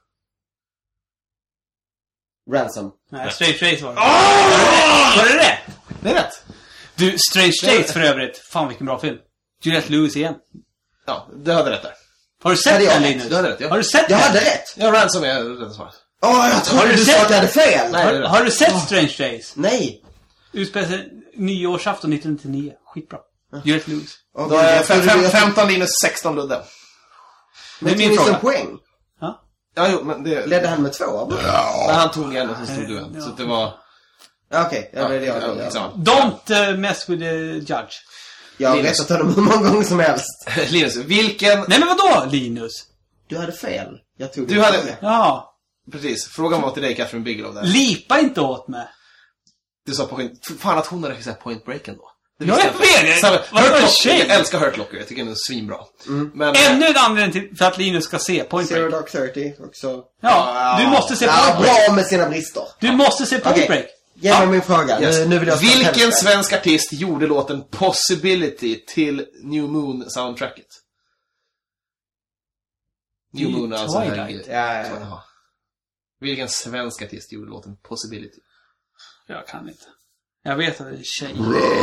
C: Ransom.
B: Nej, Strange Days var det. Oh! Var det det?
A: Det är rätt.
B: Du, Strange Days för övrigt. Fan vilken bra film. Juliette Lewis igen.
A: Ja, du hade rätt där.
B: Har du sett
C: Hade jag
B: den,
C: rätt?
B: Linus?
A: Du hade rätt, ja.
B: Har du sett
C: Jag
B: den?
C: hade rätt!
A: Ja, Ransom är rätt svaret.
C: Åh, jag trodde
B: Har du
C: du
B: sett
C: sa att jag hade fel!
A: Nej.
B: Har, har du sett Strange Days?
C: Nej!
B: Utspelar sig nyårsafton nittonhundranittionio. Skitbra. Juliette Lewis.
C: Åh,
A: Då
C: gud,
A: är
C: jag trodde
A: fem,
C: du-
A: fem, femton Linus, sexton Ludde.
C: Men
A: det är min
C: tog ni
A: fråga.
C: en poäng?
B: Ja.
A: Ja, jo, men det...
C: Ledde han med två?
A: Men han tog en och så stod du en.
B: Ja.
A: Så det var...
C: Ja, okej. Ja, det är det jag
A: ja,
C: gjorde.
A: liksom.
B: Don't uh, mess with the judge.
C: Jag har
A: Linus.
C: rättat honom hur många gånger som helst.
A: Linus, vilken...
B: Nej men vadå, Linus?
C: Du hade fel. Jag tog
A: Du
C: din
A: hade-
C: fråga.
B: Ja.
A: Precis, frågan var till dig, Catherine Bigelow där.
B: Lipa inte åt mig.
A: Du sa på fan att hon har regisserat Point Break ändå. Det
B: Jag
A: visste
B: är
A: inte.
B: med!
A: Samma-
B: Vad
A: Hurt
B: var
A: Locker,
B: tjej?
A: jag älskar Hurt Locker, jag tycker den är svinbra. Men...
B: Ännu en anledning till för att Linus ska se Point
C: Zero
B: Break.
C: Dark Thirty också.
B: Ja, du måste se
C: Ja,
B: Point Break.
C: bra med sina brister.
B: Du måste se Point
C: Okej.
B: Break.
C: Ge mig min fråga.
A: Yes.
C: Nu, nu vill jag spela
A: Vilken
C: tennis.
A: svensk artist gjorde låten Possibility till New Moon-soundtracket? New
B: I
A: Moon, alltså här-
B: Twilight.
C: Ja, ja, ja.
A: Ja. Vilken svensk artist gjorde låten Possibility?
B: Jag kan inte. Jag vet att det är tjej.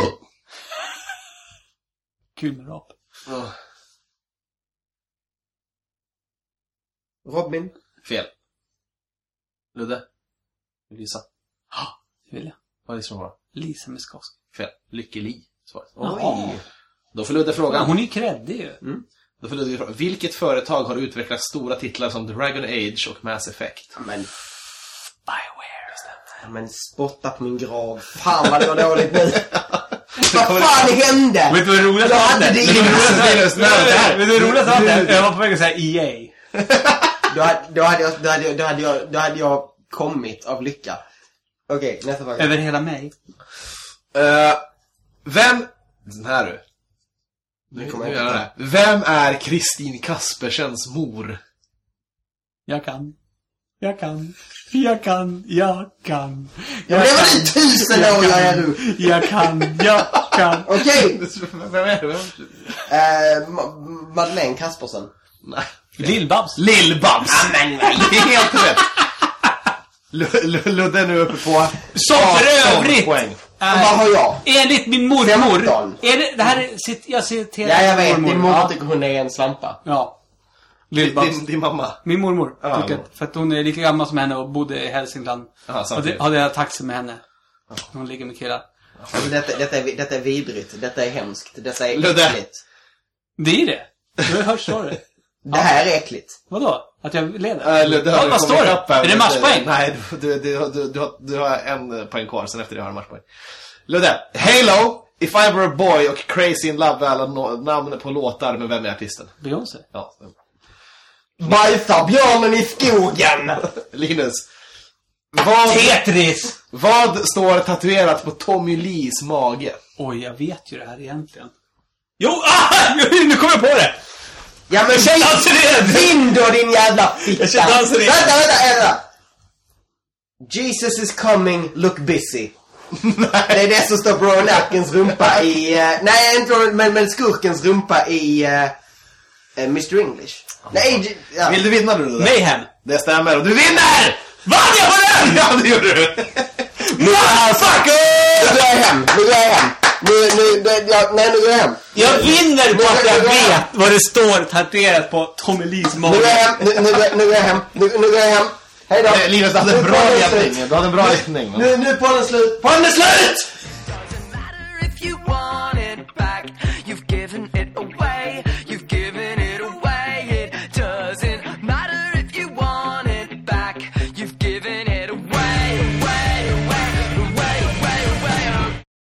B: Kul med rap.
A: Oh,
C: Robin.
A: fel. Ludde? Vill du gissa?
B: Det vill jag.
A: Vad är det som var?
B: Lisa Miskovsky.
A: Fel. Lykke Li. Svaret.
B: Jaha.
A: Då får Ludde frågan.
B: Hon är ju kreddig ju.
A: Då får Ludde fråga. Vilket företag har utvecklat stora titlar som Dragon Age och Mass Effect?
C: Men
B: Bioware.
C: Men spotta på min grav. Fan vad det var dåligt nu. Vad fan hände?
B: Vet du vad roligt
C: Jag
B: var
C: hade
B: det?
C: det
B: Vet
C: innan.
B: du vad roligt var det? Jag var på väg att säga E A.
C: Då hade, då hade jag, då hade jag, då hade jag, då hade jag kommit av lycka. Okej, nästa fråga.
B: Över hela mig.
A: Uh, vem... Den här du.
C: Nu kommer
A: Nu
C: jag
A: gör
C: inte.
A: det. Vem är Kristin Kaspersens mor?
B: Jag kan. Jag kan. Jag kan. Jag kan.
C: Ja, men det var det tusen år jag är nu.
B: Jag kan. Jag kan.
C: Okej.
A: Vem är det? Vem?
C: Eh, Ma- Madeleine Kaspersen.
A: Nej.
B: Lill-Babs.
A: Lill-Babs!
C: Amen, nej.
A: Det är helt rätt. L- L- Ludde är nu uppe på
B: Som för
A: arton
B: övrigt.
A: poäng.
C: Vad har jag?
B: Enligt min mormor.
C: femton.
B: Är det, det här är, cit- jag citerar
C: Ja, jag vet.
B: min
C: Din mormor
B: Ja.
C: tycker hon är en slampa.
B: Ja.
A: Din,
B: Lill-Babs.
A: din, din mamma.
B: Min mormor.
A: Ja,
B: tycker
A: ja.
B: att, för att hon är lika gammal som henne och bodde i Hälsingland.
A: Aha,
B: och det,
A: samtidigt.
B: hade jag taxi med henne. Hon ligger med killar.
C: Alltså, detta, detta, är, detta är vidrigt. Detta är hemskt. Detta är
A: Ludde.
C: äckligt.
B: Det är det. Du har hört svaret.
C: Det här är äckligt.
B: Vadå? Att jag leder?
A: Äh, Ludde, har
B: vad
A: du
B: vad
A: kommit
B: står det?
A: upp här?
B: Är det matchpoäng?
A: Nej, du, du, du, du, du, har, du har en poäng kvar. Sen efter det har du matchpoäng. Ludde. Halo, If I Were a Boy och Crazy in Love är alla no- namn på låtar. Men vem är artisten?
B: Beyoncé.
A: Ja.
C: Bajsar björnen i skogen.
A: Linus. Vad,
B: Tetris!
A: vad står tatuerat på Tommy Lees mage?
B: Oj, jag vet ju det här egentligen. Jo, ah! Nu kom jag på det!
C: Ja, men
B: Jag känner alltså det!
C: vinn då, din jävla fitta.
B: Jag kände alltså det.
C: Vänta, vänta, vänta. Jesus is coming, look busy. Det är det som står på Rowan Atkins rumpa i... Uh, nej, inte Rowan, men, men skurkens rumpa i uh, uh, mister English. Nej, j- ja.
A: Vill du vinna nu?
B: Mayhem!
A: Det stämmer och du vinner!
B: Vann jag på den?
A: Ja, det gjorde du!
C: Motherfucker! Nu går jag hem, nu går jag hem. Nu, nu, det, jag, nej, nu går jag hem.
B: Jag vinner på
C: Nu-
B: att
C: nu
B: jag
C: går hem.
B: vet vad det står tatuerat på Tommy Lees
C: Nu går jag
B: mage.
C: hem, nu, nu, går jag- nu går jag hem. Nu, nu går jag hem. Hej då.
A: Eh, Linus, du hade en
C: Nu
A: bra
C: är podden
A: ledning.
C: slut.
A: Du hade en bra ledning.
C: Nu, nu är podden slut.
B: Podden är slut!